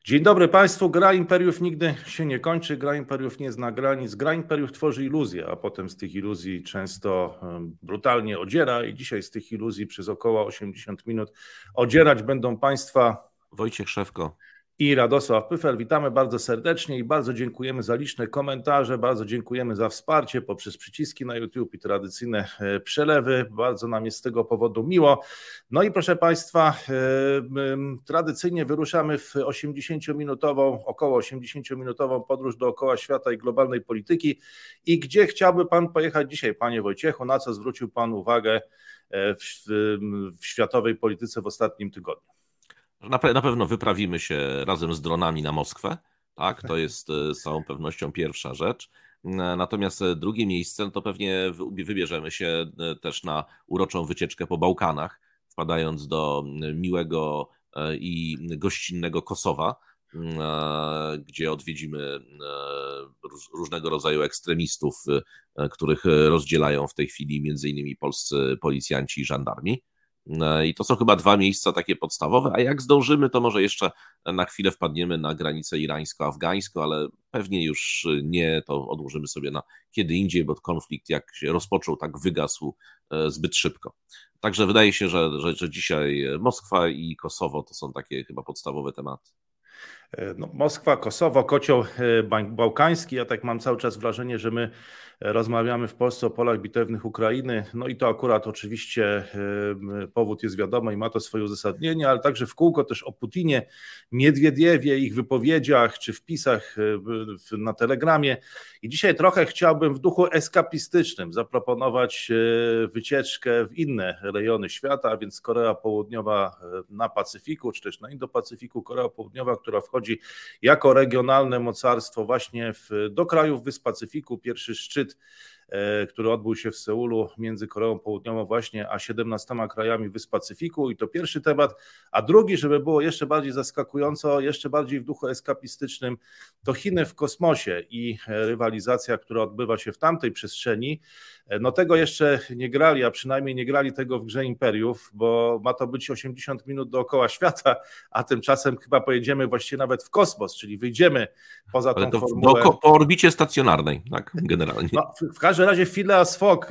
Dzień dobry Państwu. Gra imperiów nigdy się nie kończy, gra imperiów nie zna granic, gra imperiów tworzy iluzje, a potem z tych iluzji często brutalnie odziera i dzisiaj z tych iluzji przez około 80 minut odzierać będą Państwa Wojciech Szewko i Radosław Pyfel. Witamy bardzo serdecznie i bardzo dziękujemy za liczne komentarze, bardzo dziękujemy za wsparcie poprzez przyciski na YouTube i tradycyjne przelewy. Bardzo nam jest z tego powodu miło. No i proszę Państwa, tradycyjnie wyruszamy w około 80-minutową podróż dookoła świata i globalnej polityki. I gdzie chciałby Pan pojechać dzisiaj, Panie Wojciechu? Na co zwrócił Pan uwagę w światowej polityce w ostatnim tygodniu? Na pewno wyprawimy się razem z dronami na Moskwę, tak? To jest z całą pewnością pierwsza rzecz. Natomiast drugie miejsce, to pewnie wybierzemy się też na uroczą wycieczkę po Bałkanach, wpadając do miłego i gościnnego Kosowa, gdzie odwiedzimy różnego rodzaju ekstremistów, których rozdzielają w tej chwili między innymi polscy policjanci i żandarmi. I to są chyba dwa miejsca takie podstawowe, a jak zdążymy, to może jeszcze na chwilę wpadniemy na granicę irańsko-afgańską, ale pewnie już nie, to odłożymy sobie na kiedy indziej, bo konflikt jak się rozpoczął, tak wygasł zbyt szybko. Także wydaje się, że dzisiaj Moskwa i Kosowo to są takie chyba podstawowe tematy. No, Moskwa, Kosowo, kocioł bałkański. Ja tak mam cały czas wrażenie, że my rozmawiamy w Polsce o polach bitewnych Ukrainy. No i to akurat oczywiście powód jest wiadomy i ma to swoje uzasadnienie, ale także w kółko też o Putinie, Miedwiediewie, ich wypowiedziach czy wpisach na Telegramie. I dzisiaj trochę chciałbym w duchu eskapistycznym zaproponować wycieczkę w inne rejony świata, a więc Korea Południowa na Pacyfiku, czy też na Indo-Pacyfiku, Korea Południowa, która wchodzi jako regionalne mocarstwo właśnie do krajów Wysp Pacyfiku. Pierwszy szczyt, który odbył się w Seulu między Koreą Południową właśnie a 17 krajami Wysp Pacyfiku i to pierwszy temat, a drugi, żeby było jeszcze bardziej zaskakująco, jeszcze bardziej w duchu eskapistycznym, to Chiny w kosmosie i rywalizacja, która odbywa się w tamtej przestrzeni. No tego jeszcze nie grali, a przynajmniej nie grali tego w grze imperiów, bo ma to być 80 minut dookoła świata, a tymczasem chyba pojedziemy właściwie nawet w kosmos, czyli wyjdziemy poza tą formułę. Po orbicie stacjonarnej, tak, generalnie. No, w każdym razie Phileas Fogg,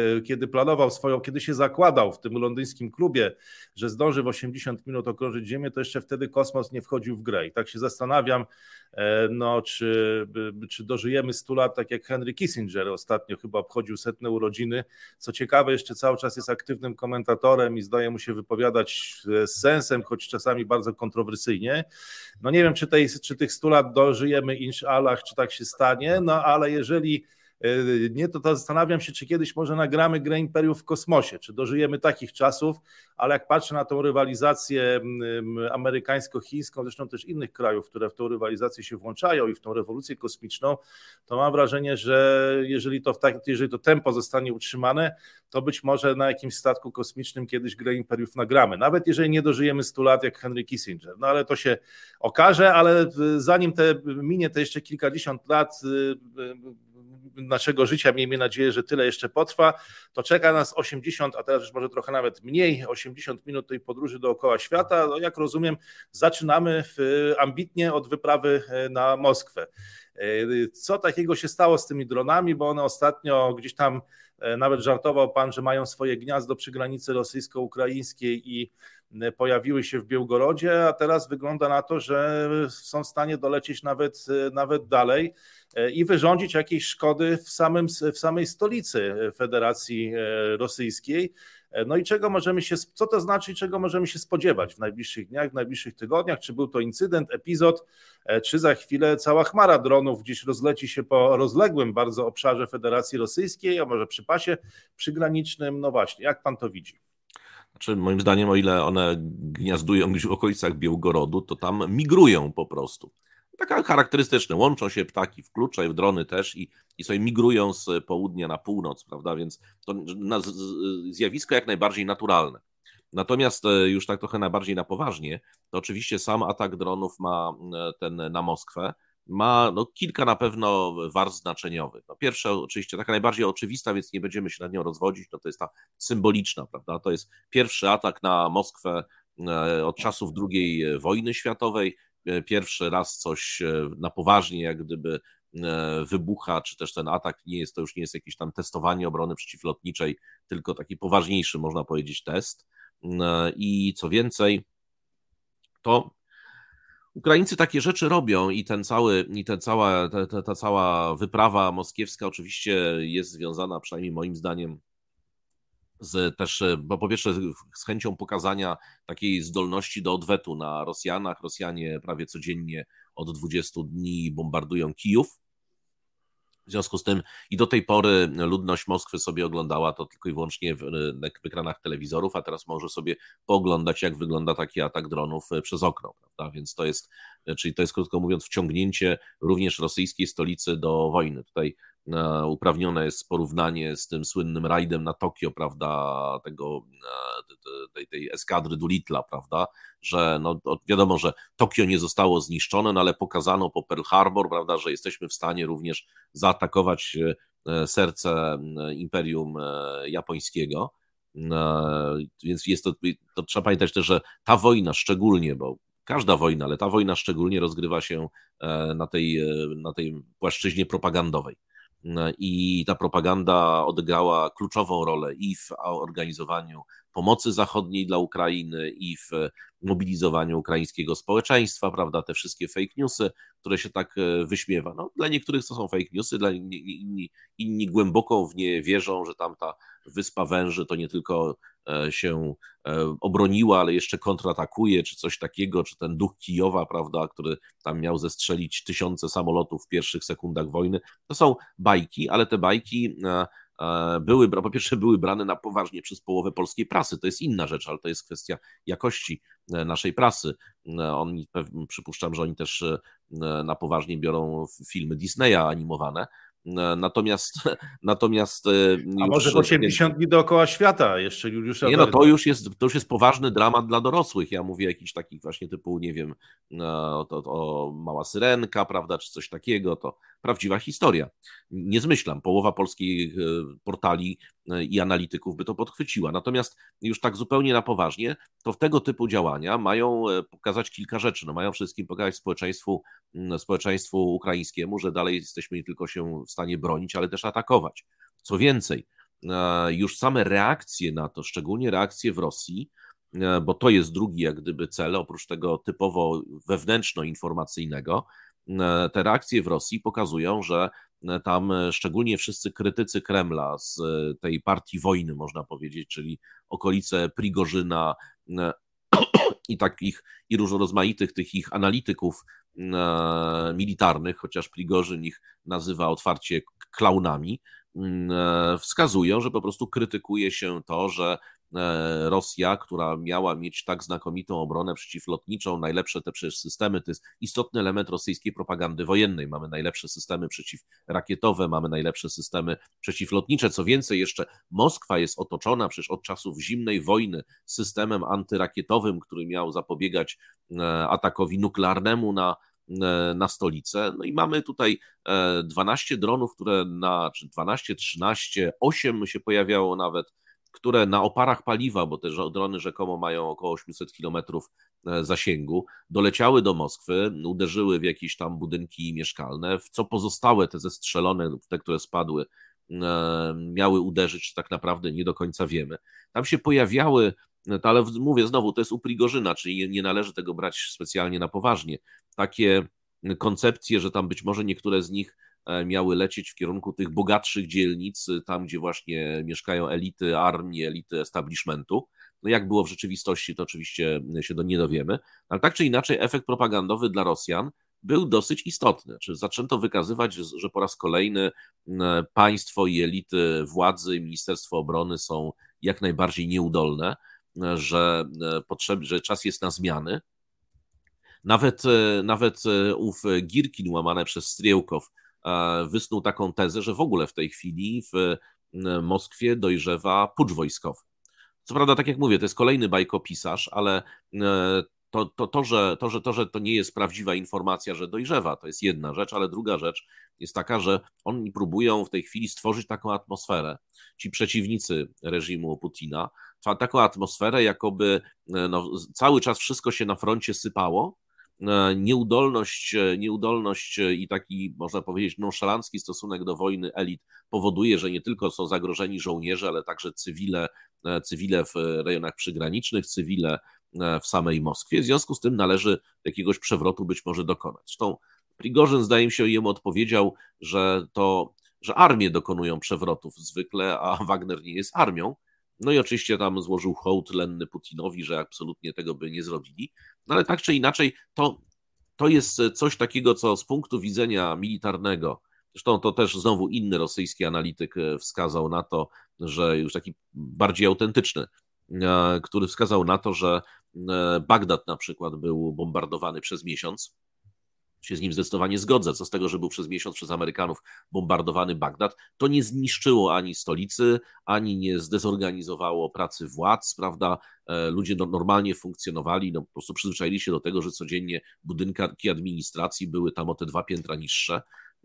kiedy się zakładał w tym londyńskim klubie, że zdąży w 80 minut okrążyć Ziemię, to jeszcze wtedy kosmos nie wchodził w grę. I tak się zastanawiam, no, czy dożyjemy 100 lat, tak jak Henry Kissinger ostatnio chyba obchodził 100 urodziny. Co ciekawe, jeszcze cały czas jest aktywnym komentatorem i zdaje mu się wypowiadać z sensem, choć czasami bardzo kontrowersyjnie. No nie wiem, czy tych 100 lat dożyjemy, inshallah, czy tak się stanie, no ale jeżeli nie, to zastanawiam się, czy kiedyś może nagramy grę imperiów w kosmosie, czy dożyjemy takich czasów, ale jak patrzę na tą rywalizację amerykańsko-chińską, zresztą też innych krajów, które w tą rywalizację się włączają i w tą rewolucję kosmiczną, to mam wrażenie, że jeżeli to tempo zostanie utrzymane, to być może na jakimś statku kosmicznym kiedyś grę imperiów nagramy, nawet jeżeli nie dożyjemy 100 lat jak Henry Kissinger, no ale to się okaże, ale zanim minie te jeszcze kilkadziesiąt lat naszego życia, miejmy nadzieję, że tyle jeszcze potrwa, to czeka nas 80, a teraz już może trochę nawet mniej, 80 minut tej podróży dookoła świata. No, jak rozumiem, zaczynamy ambitnie od wyprawy na Moskwę. Co takiego się stało z tymi dronami, bo one ostatnio gdzieś tam, nawet żartował pan, że mają swoje gniazdo przy granicy rosyjsko-ukraińskiej i pojawiły się w Białgorodzie, a teraz wygląda na to, że są w stanie dolecieć nawet dalej i wyrządzić jakieś szkody w samej stolicy Federacji Rosyjskiej. No i co to znaczy i czego możemy się spodziewać w najbliższych dniach, w najbliższych tygodniach? Czy był to incydent, epizod, czy za chwilę cała chmara dronów gdzieś rozleci się po rozległym bardzo obszarze Federacji Rosyjskiej, a może przy pasie przygranicznym? No właśnie, jak pan to widzi? Znaczy, moim zdaniem, o ile one gniazdują gdzieś w okolicach Białgorodu, to tam migrują po prostu. Taka charakterystyczne, łączą się ptaki w klucze, drony też i sobie migrują z południa na północ, prawda, więc to zjawisko jak najbardziej naturalne. Natomiast już tak trochę najbardziej na poważnie, to oczywiście sam atak dronów na Moskwę ma kilka na pewno warstw znaczeniowych. Pierwsza oczywiście taka najbardziej oczywista, więc nie będziemy się nad nią rozwodzić, to jest ta symboliczna, prawda? To jest pierwszy atak na Moskwę od czasów II wojny światowej. pierwszy raz coś na poważnie jak gdyby wybucha, czy też ten atak to już nie jest jakieś tam testowanie obrony przeciwlotniczej, tylko taki poważniejszy, można powiedzieć, test. I co więcej, to Ukraińcy takie rzeczy robią i ta cała wyprawa moskiewska oczywiście jest związana, przynajmniej moim zdaniem, bo po pierwsze z chęcią pokazania takiej zdolności do odwetu na Rosjanach. Rosjanie prawie codziennie od 20 dni bombardują Kijów. W związku z tym i do tej pory ludność Moskwy sobie oglądała to tylko i wyłącznie w ekranach telewizorów, a teraz może sobie pooglądać, jak wygląda taki atak dronów przez okno, prawda? Więc to jest krótko mówiąc wciągnięcie również rosyjskiej stolicy do wojny. Tutaj uprawnione jest porównanie z tym słynnym rajdem na Tokio, prawda, tej eskadry Doolittla, prawda, że no, wiadomo, że Tokio nie zostało zniszczone, no ale pokazano po Pearl Harbor, prawda, że jesteśmy w stanie również zaatakować serce Imperium Japońskiego. Więc to trzeba pamiętać też, że ta wojna szczególnie, bo każda wojna, ale ta wojna szczególnie rozgrywa się na tej płaszczyźnie propagandowej. I ta propaganda odegrała kluczową rolę i w organizowaniu pomocy zachodniej dla Ukrainy, i w mobilizowaniu ukraińskiego społeczeństwa, prawda, te wszystkie fake newsy, które się tak wyśmiewa. No, dla niektórych to są fake newsy, dla inni głęboko w nie wierzą, że tamta wyspa węży to nie tylko się obroniła, ale jeszcze kontratakuje, czy coś takiego, czy ten duch Kijowa, prawda, który tam miał zestrzelić tysiące samolotów w pierwszych sekundach wojny. To są bajki, ale te bajki po pierwsze były brane na poważnie przez połowę polskiej prasy. To jest inna rzecz, ale to jest kwestia jakości naszej prasy. Przypuszczam, że oni też na poważnie biorą filmy Disneya animowane. Natomiast a może w 80 dni dookoła świata jeszcze Juliusza Nie, no to już jest poważny dramat dla dorosłych. Ja mówię jakichś takich właśnie typu, nie wiem, o Mała Syrenka, prawda, czy coś takiego, to prawdziwa historia. Nie zmyślam, połowa polskich portali i analityków by to podchwyciła. Natomiast już tak zupełnie na poważnie, to w tego typu działania mają pokazać kilka rzeczy. No, mają przede wszystkim pokazać społeczeństwu ukraińskiemu, że dalej jesteśmy nie tylko się w stanie bronić, ale też atakować. Co więcej, już same reakcje na to, szczególnie reakcje w Rosji, bo to jest drugi jak gdyby cel, oprócz tego typowo wewnętrzno-informacyjnego, te reakcje w Rosji pokazują, że tam szczególnie wszyscy krytycy Kremla z tej partii wojny, można powiedzieć, czyli okolice Prigorzyna i rozmaitych tych ich analityków militarnych, chociaż Prigorzyn ich nazywa otwarcie klaunami, wskazują, że po prostu krytykuje się to, że Rosja, która miała mieć tak znakomitą obronę przeciwlotniczą, najlepsze te przecież systemy, to jest istotny element rosyjskiej propagandy wojennej. Mamy najlepsze systemy przeciwrakietowe, mamy najlepsze systemy przeciwlotnicze. Co więcej, jeszcze Moskwa jest otoczona przecież od czasów zimnej wojny systemem antyrakietowym, który miał zapobiegać atakowi nuklearnemu na stolicę. No i mamy tutaj 12 dronów, czy 12, 13, 8 się pojawiało nawet, które na oparach paliwa, bo te drony rzekomo mają około 800 kilometrów zasięgu, doleciały do Moskwy, uderzyły w jakieś tam budynki mieszkalne, w co pozostałe te zestrzelone, te, które spadły, miały uderzyć, tak naprawdę nie do końca wiemy. Tam się pojawiały, ale mówię znowu, to jest u Prigorzyna, czyli nie należy tego brać specjalnie na poważnie. Takie koncepcje, że tam być może niektóre z nich miały lecieć w kierunku tych bogatszych dzielnic, tam gdzie właśnie mieszkają elity armii, elity establishmentu. No jak było w rzeczywistości, to oczywiście się nie dowiemy, ale tak czy inaczej efekt propagandowy dla Rosjan był dosyć istotny. Czy zaczęto wykazywać, że po raz kolejny państwo i elity władzy, Ministerstwo Obrony są jak najbardziej nieudolne, że czas jest na zmiany. Nawet ów Girkin łamane przez Strijałkow wysnuł taką tezę, że w ogóle w tej chwili w Moskwie dojrzewa pucz wojskowy. Co prawda, tak jak mówię, to jest kolejny bajkopisarz, ale że to nie jest prawdziwa informacja, że dojrzewa, to jest jedna rzecz, ale druga rzecz jest taka, że oni próbują w tej chwili stworzyć taką atmosferę, ci przeciwnicy reżimu Putina, taką atmosferę, jakoby cały czas wszystko się na froncie sypało, nieudolność i taki, można powiedzieć, nonszalancki stosunek do wojny elit powoduje, że nie tylko są zagrożeni żołnierze, ale także cywile w rejonach przygranicznych, cywile w samej Moskwie. W związku z tym należy jakiegoś przewrotu być może dokonać. Zresztą Prigorzyn, zdaje mi się, jemu odpowiedział, że armie dokonują przewrotów zwykle, a Wagner nie jest armią. No i oczywiście tam złożył hołd lenny Putinowi, że absolutnie tego by nie zrobili. No ale tak czy inaczej, to jest coś takiego, co z punktu widzenia militarnego, zresztą to też znowu inny rosyjski analityk wskazał na to, że już taki bardziej autentyczny, który wskazał na to, że Bagdad na przykład był bombardowany przez miesiąc. Się z nim zdecydowanie zgodzę. Co z tego, że był przez miesiąc przez Amerykanów bombardowany Bagdad, to nie zniszczyło ani stolicy, ani nie zdezorganizowało pracy władz, prawda? Ludzie normalnie funkcjonowali, no po prostu przyzwyczaili się do tego, że codziennie budynki administracji były tam o te 2 piętra niższe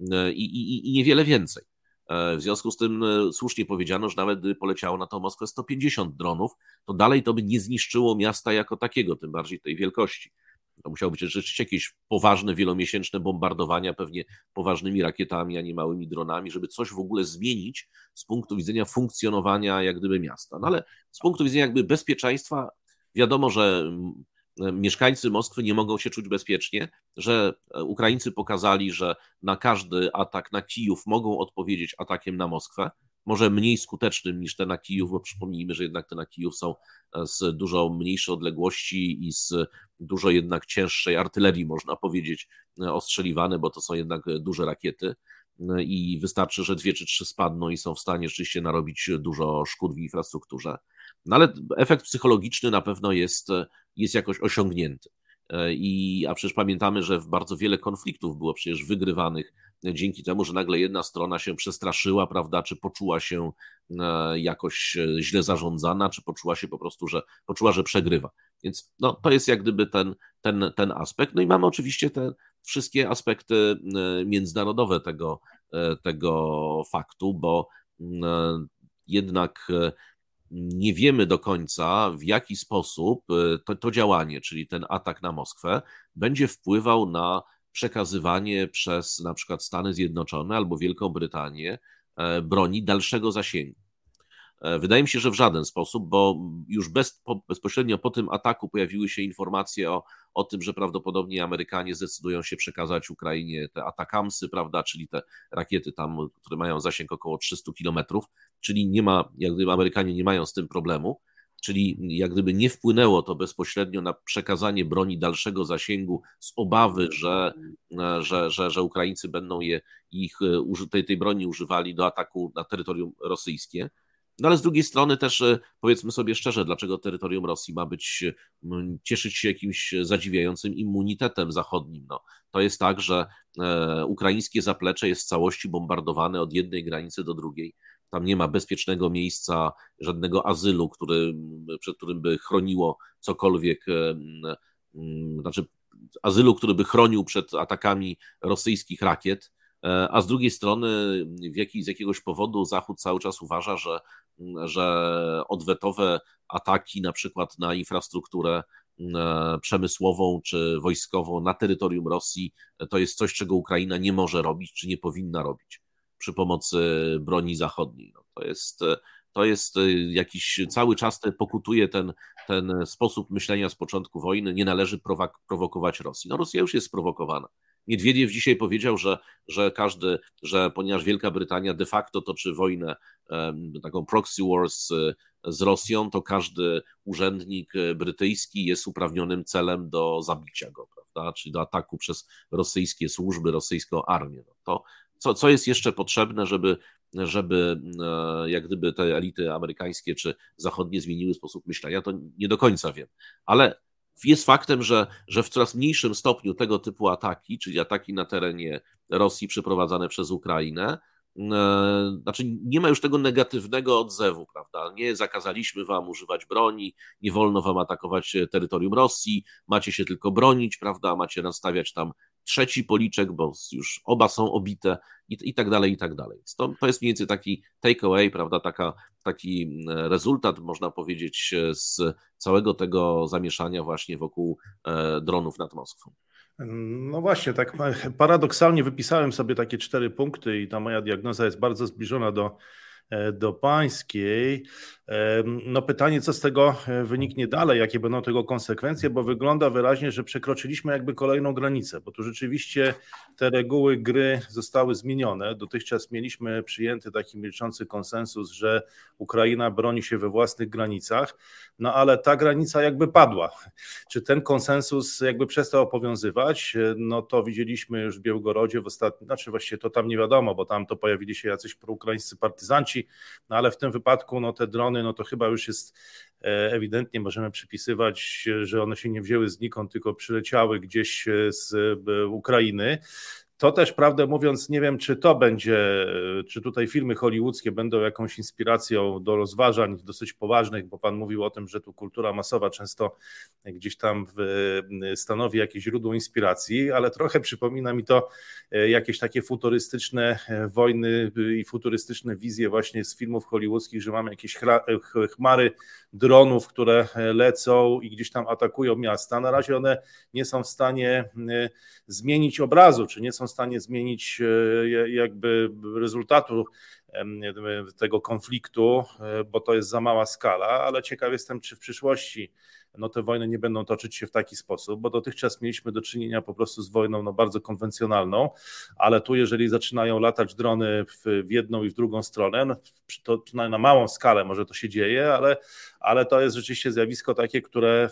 i niewiele więcej. W związku z tym słusznie powiedziano, że nawet gdyby poleciało na tą Moskwę 150 dronów, to dalej to by nie zniszczyło miasta jako takiego, tym bardziej tej wielkości. To musiało być rzeczywiście jakieś poważne, wielomiesięczne bombardowania, pewnie poważnymi rakietami, a nie małymi dronami, żeby coś w ogóle zmienić z punktu widzenia funkcjonowania jak gdyby miasta. No ale z punktu widzenia jakby bezpieczeństwa wiadomo, że mieszkańcy Moskwy nie mogą się czuć bezpiecznie, że Ukraińcy pokazali, że na każdy atak na Kijów mogą odpowiedzieć atakiem na Moskwę, może mniej skutecznym niż te na Kijów, bo przypomnijmy, że jednak te na Kijów są z dużo mniejszej odległości i z dużo jednak cięższej artylerii, można powiedzieć, ostrzeliwane, bo to są jednak duże rakiety i wystarczy, że 2 czy 3 spadną i są w stanie rzeczywiście narobić dużo szkód w infrastrukturze. No ale efekt psychologiczny na pewno jest jakoś osiągnięty. A przecież pamiętamy, że bardzo wiele konfliktów było przecież wygrywanych dzięki temu, że nagle jedna strona się przestraszyła, prawda, czy poczuła się jakoś źle zarządzana, czy poczuła się po prostu, że przegrywa. Więc no, to jest jak gdyby ten aspekt. No i mamy oczywiście te wszystkie aspekty międzynarodowe tego faktu, bo jednak nie wiemy do końca, w jaki sposób to działanie, czyli ten atak na Moskwę, będzie wpływał na przekazywanie przez na przykład Stany Zjednoczone albo Wielką Brytanię broni dalszego zasięgu. Wydaje mi się, że w żaden sposób, bo już bezpośrednio po tym ataku pojawiły się informacje o tym, że prawdopodobnie Amerykanie zdecydują się przekazać Ukrainie te Atakamsy, prawda, czyli te rakiety tam, które mają zasięg około 300 kilometrów, czyli nie ma, jak gdyby Amerykanie nie mają z tym problemu, czyli jak gdyby nie wpłynęło to bezpośrednio na przekazanie broni dalszego zasięgu z obawy, że Ukraińcy będą tej broni używali do ataku na terytorium rosyjskie. No ale z drugiej strony też powiedzmy sobie szczerze, dlaczego terytorium Rosji ma cieszyć się jakimś zadziwiającym immunitetem zachodnim. No, to jest tak, że ukraińskie zaplecze jest w całości bombardowane od jednej granicy do drugiej. Tam nie ma bezpiecznego miejsca, żadnego azylu, przed którym by chroniło cokolwiek, znaczy azylu, który by chronił przed atakami rosyjskich rakiet. A z drugiej strony z jakiegoś powodu Zachód cały czas uważa, że odwetowe ataki na przykład na infrastrukturę przemysłową czy wojskową na terytorium Rosji to jest coś, czego Ukraina nie może robić czy nie powinna robić przy pomocy broni zachodniej. No, to jest jakiś cały czas pokutuje ten sposób myślenia z początku wojny, nie należy prowokować Rosji. No Rosja już jest sprowokowana. Miedwiediew dzisiaj powiedział, że ponieważ Wielka Brytania de facto toczy wojnę, taką proxy wars z Rosją, to każdy urzędnik brytyjski jest uprawnionym celem do zabicia go, prawda? Czyli do ataku przez rosyjskie służby, rosyjską armię. No to, co jest jeszcze potrzebne, żeby jak gdyby te elity amerykańskie czy zachodnie zmieniły sposób myślenia, to nie do końca wiem. Ale jest faktem, że w coraz mniejszym stopniu tego typu ataki, czyli ataki na terenie Rosji przeprowadzane przez Ukrainę, znaczy nie ma już tego negatywnego odzewu, prawda? Nie zakazaliśmy wam używać broni, nie wolno wam atakować terytorium Rosji, macie się tylko bronić, prawda? Macie nastawiać tam trzeci policzek, bo już oba są obite i tak dalej, i tak dalej. To jest mniej więcej taki take away, prawda, taki rezultat, można powiedzieć, z całego tego zamieszania właśnie wokół dronów nad Moskwą. No właśnie, tak paradoksalnie wypisałem sobie takie 4 punkty i ta moja diagnoza jest bardzo zbliżona do pańskiej. No pytanie, co z tego wyniknie dalej, jakie będą tego konsekwencje, bo wygląda wyraźnie, że przekroczyliśmy jakby kolejną granicę, bo tu rzeczywiście te reguły gry zostały zmienione. Dotychczas mieliśmy przyjęty taki milczący konsensus, że Ukraina broni się we własnych granicach, no ale ta granica jakby padła. Czy ten konsensus jakby przestał obowiązywać? No to widzieliśmy już w Białgorodzie w ostatnim, znaczy właściwie to tam nie wiadomo, bo tam to pojawili się jacyś proukraińscy partyzanci, no ale w tym wypadku no te drony, no to chyba już jest ewidentnie, możemy przypisywać, że one się nie wzięły znikąd, tylko przyleciały gdzieś z Ukrainy. To też, prawdę mówiąc, nie wiem, czy to będzie, czy tutaj filmy hollywoodzkie będą jakąś inspiracją do rozważań dosyć poważnych, bo pan mówił o tym, że tu kultura masowa często gdzieś tam stanowi jakieś źródło inspiracji, ale trochę przypomina mi to jakieś takie futurystyczne wojny i futurystyczne wizje właśnie z filmów hollywoodzkich, że mamy jakieś chmary dronów, które lecą i gdzieś tam atakują miasta. Na razie one nie są w stanie zmienić obrazu, czy nie są w stanie zmienić jakby rezultatu tego konfliktu, bo to jest za mała skala, ale ciekaw jestem, czy w przyszłości no te wojny nie będą toczyć się w taki sposób, bo dotychczas mieliśmy do czynienia po prostu z wojną no bardzo konwencjonalną, ale tu jeżeli zaczynają latać drony w jedną i w drugą stronę, no to przynajmniej na małą skalę może to się dzieje, ale to jest rzeczywiście zjawisko takie,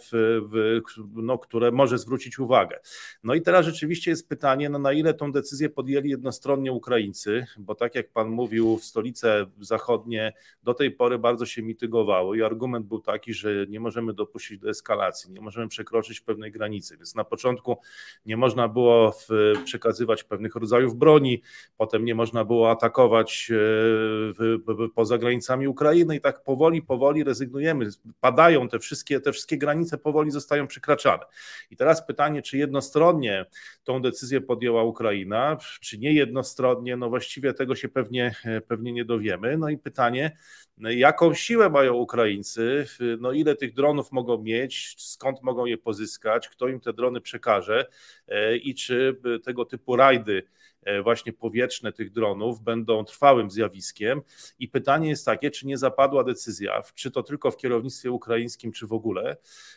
które może zwrócić uwagę. No i teraz rzeczywiście jest pytanie, no na ile tą decyzję podjęli jednostronnie Ukraińcy, bo tak jak pan mówił, stolice zachodnie do tej pory bardzo się mitygowały i argument był taki, że nie możemy dopuścić do eskalacji, nie możemy przekroczyć pewnej granicy, więc na początku nie można było przekazywać pewnych rodzajów broni, potem nie można było atakować poza granicami Ukrainy i tak powoli rezygnujemy, padają te wszystkie granice, powoli zostają przekraczane. I teraz pytanie, czy jednostronnie tą decyzję podjęła Ukraina, czy nie jednostronnie, no właściwie tego się pewnie nie dowiemy. No i pytanie, jaką siłę mają Ukraińcy, no ile tych dronów mogą mieć, skąd mogą je pozyskać, kto im te drony przekaże i czy tego typu rajdy właśnie powietrzne tych dronów będą trwałym zjawiskiem. I pytanie jest takie, czy nie zapadła decyzja, czy to tylko w kierownictwie ukraińskim, czy w ogóle,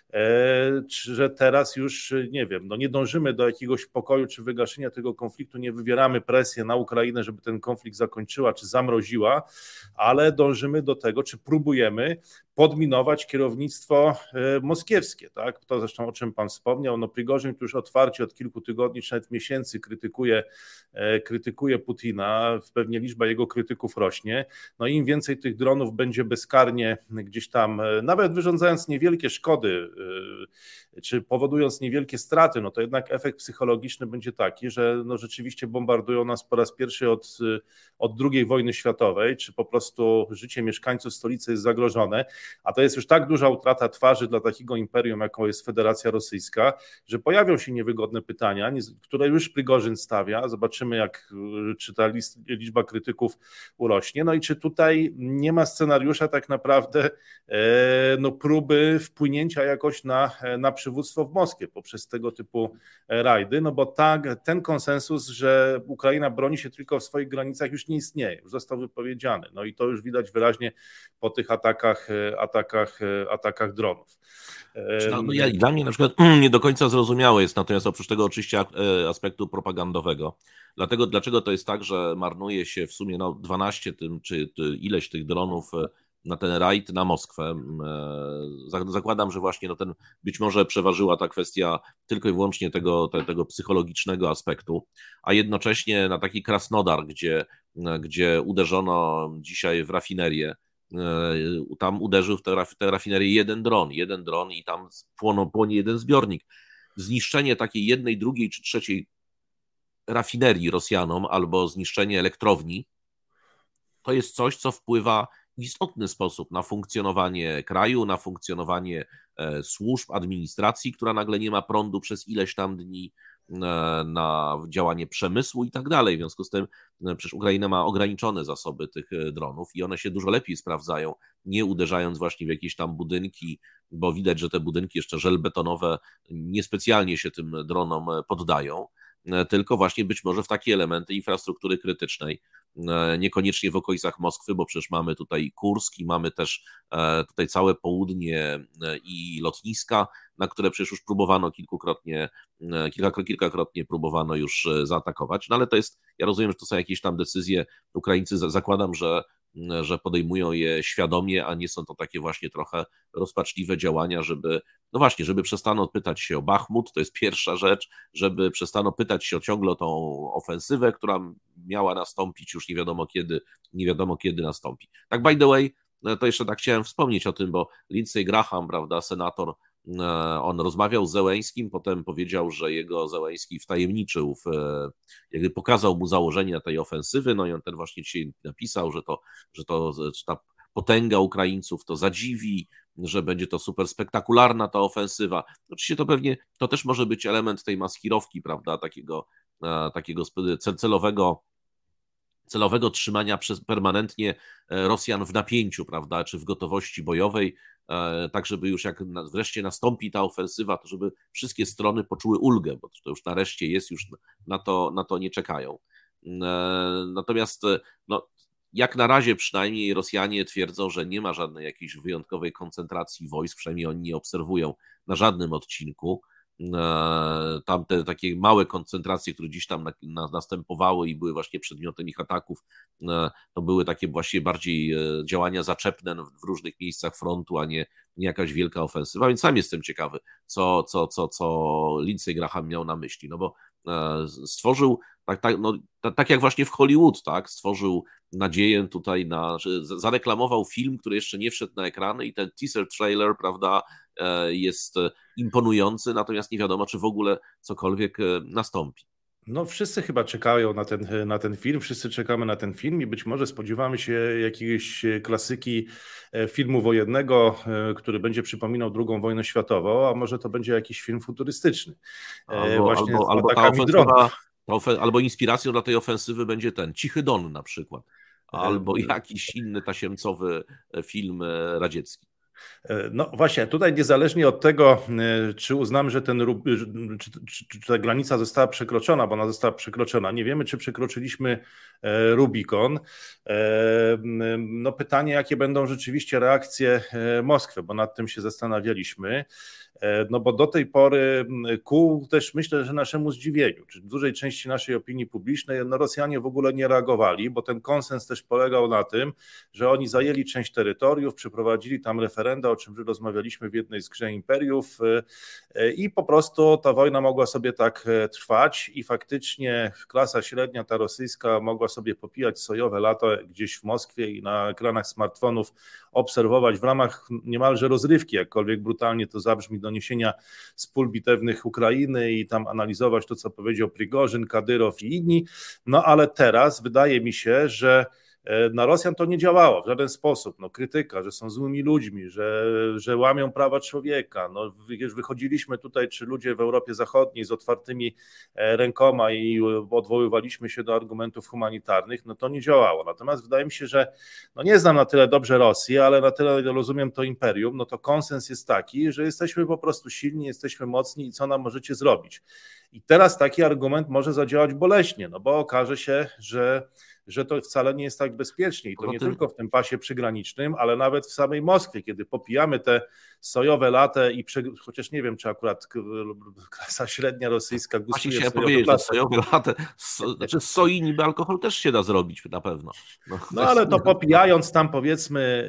że teraz już, nie wiem, no nie dążymy do jakiegoś pokoju, czy wygaszenia tego konfliktu, nie wywieramy presji na Ukrainę, żeby ten konflikt zakończyła, czy zamroziła, ale dążymy do tego, czy próbujemy podminować kierownictwo moskiewskie, tak? To zresztą o czym pan wspomniał, no Prigorzyn już otwarcie od kilku tygodni, czy nawet miesięcy krytykuje Putina, pewnie liczba jego krytyków rośnie, no i im więcej tych dronów będzie bezkarnie gdzieś tam, nawet wyrządzając niewielkie szkody, czy powodując niewielkie straty, no to jednak efekt psychologiczny będzie taki, że no rzeczywiście bombardują nas po raz pierwszy od II wojny światowej, czy po prostu życie mieszkańców stolicy jest zagrożone, a to jest już tak duża utrata twarzy dla takiego imperium, jaką jest Federacja Rosyjska, że pojawią się niewygodne pytania, które już Prigorzyn stawia, zobaczymy czy ta liczba krytyków urośnie, no i czy tutaj nie ma scenariusza tak naprawdę no próby wpłynięcia jakoś na przywództwo w Moskwie poprzez tego typu rajdy, no bo ten konsensus, że Ukraina broni się tylko w swoich granicach już nie istnieje, już został wypowiedziany, no i to już widać wyraźnie po tych atakach dronów. Dla mnie na przykład nie do końca zrozumiałe jest natomiast oprócz tego oczywiście aspektu propagandowego. Dlaczego to jest tak, że marnuje się w sumie 12 czy ileś tych dronów na ten rajd na Moskwę. Zakładam, że właśnie być może przeważyła ta kwestia tylko i wyłącznie tego psychologicznego aspektu, a jednocześnie na taki Krasnodar, gdzie uderzono dzisiaj w rafinerię, tam uderzył w tę rafinerię jeden dron i tam płonie jeden zbiornik. Zniszczenie takiej jednej, drugiej czy trzeciej rafinerii Rosjanom albo zniszczenie elektrowni to jest coś, co wpływa w istotny sposób na funkcjonowanie kraju, na funkcjonowanie służb, administracji, która nagle nie ma prądu przez ileś tam dni, na działanie przemysłu i tak dalej. W związku z tym przecież Ukraina ma ograniczone zasoby tych dronów i one się dużo lepiej sprawdzają, nie uderzając właśnie w jakieś tam budynki, bo widać, że te budynki jeszcze żelbetonowe niespecjalnie się tym dronom poddają, tylko właśnie być może w takie elementy infrastruktury krytycznej, niekoniecznie w okolicach Moskwy, bo przecież mamy tutaj Kursk i mamy też tutaj całe południe i lotniska, na które przecież już próbowano kilkakrotnie próbowano już zaatakować. No ale to jest, ja rozumiem, że to są jakieś tam decyzje, Ukraińcy zakładam, że podejmują je świadomie, a nie są to takie właśnie trochę rozpaczliwe działania, no właśnie, żeby przestano pytać się o Bachmut, to jest pierwsza rzecz, żeby przestano pytać się ciągle o tą ofensywę, która miała nastąpić już nie wiadomo kiedy nastąpi. Tak by the way, to jeszcze tak chciałem wspomnieć o tym, bo Lindsey Graham, prawda, senator, on rozmawiał z Zełeńskim, potem powiedział, że jego Zełeński wtajemniczył, jakby pokazał mu założenia tej ofensywy, no i on ten właśnie dzisiaj napisał, że ta potęga Ukraińców to zadziwi, że będzie to super spektakularna ta ofensywa. Oczywiście to też może być element tej maskirowki, prawda, takiego celowego trzymania permanentnie Rosjan w napięciu, prawda, czy w gotowości bojowej, tak żeby już jak wreszcie nastąpi ta ofensywa, to żeby wszystkie strony poczuły ulgę, bo to już nareszcie jest, już na to nie czekają. Natomiast no, jak na razie przynajmniej Rosjanie twierdzą, że nie ma żadnej jakiejś wyjątkowej koncentracji wojsk, przynajmniej oni nie obserwują na żadnym odcinku. Tam te takie małe koncentracje, które gdzieś tam następowały i były właśnie przedmiotem ich ataków, to były takie właśnie bardziej działania zaczepne w różnych miejscach frontu, a nie jakaś wielka ofensywa, więc sam jestem ciekawy, co Lindsey Graham miał na myśli, no bo stworzył, tak jak właśnie w Hollywood, tak, stworzył nadzieję tutaj że zareklamował film, który jeszcze nie wszedł na ekrany i ten teaser trailer, prawda, jest imponujący, natomiast nie wiadomo, czy w ogóle cokolwiek nastąpi. No wszyscy chyba czekają na ten film, wszyscy czekamy na ten film i być może spodziewamy się jakiegoś klasyki filmu wojennego, który będzie przypominał II wojnę światową, a może to będzie jakiś film futurystyczny. Albo inspiracją dla tej ofensywy będzie ten Cichy Don na przykład, albo jakiś inny tasiemcowy film radziecki. No właśnie, tutaj niezależnie od tego, czy uznamy, że czy ta granica została przekroczona, bo ona została przekroczona, nie wiemy, czy przekroczyliśmy Rubikon. No pytanie, jakie będą rzeczywiście reakcje Moskwy, bo nad tym się zastanawialiśmy. No bo do tej pory ku też myślę, że naszemu zdziwieniu, czy dużej części naszej opinii publicznej, no Rosjanie w ogóle nie reagowali, bo ten konsens też polegał na tym, że oni zajęli część terytoriów, przeprowadzili tam referenda, o czym rozmawialiśmy w jednej z grze imperiów i po prostu ta wojna mogła sobie tak trwać i faktycznie klasa średnia, ta rosyjska, mogła sobie popijać sojowe lato gdzieś w Moskwie i na ekranach smartfonów obserwować w ramach niemalże rozrywki, jakkolwiek brutalnie to zabrzmi, doniesienia z pól bitewnych Ukrainy i tam analizować to, co powiedział Prigorzyn, Kadyrow i inni. No ale teraz wydaje mi się, że na Rosjan to nie działało w żaden sposób. No, krytyka, że są złymi ludźmi, że łamią prawa człowieka. No, wychodziliśmy tutaj, czy ludzie w Europie Zachodniej z otwartymi rękoma i odwoływaliśmy się do argumentów humanitarnych, no to nie działało. Natomiast wydaje mi się, że no nie znam na tyle dobrze Rosji, ale na tyle, ile rozumiem to imperium, no to konsens jest taki, że jesteśmy po prostu silni, jesteśmy mocni i co nam możecie zrobić. I teraz taki argument może zadziałać boleśnie, no bo okaże się, że to wcale nie jest tak bezpiecznie i to nie tylko w tym pasie przygranicznym, ale nawet w samej Moskwie, kiedy popijamy te sojowe latę i chociaż nie wiem, czy akurat klasa średnia rosyjska gustuje w sojowe latę. Sojowe latę, znaczy z soi niby alkohol też się da zrobić na pewno. No ale to popijając tam powiedzmy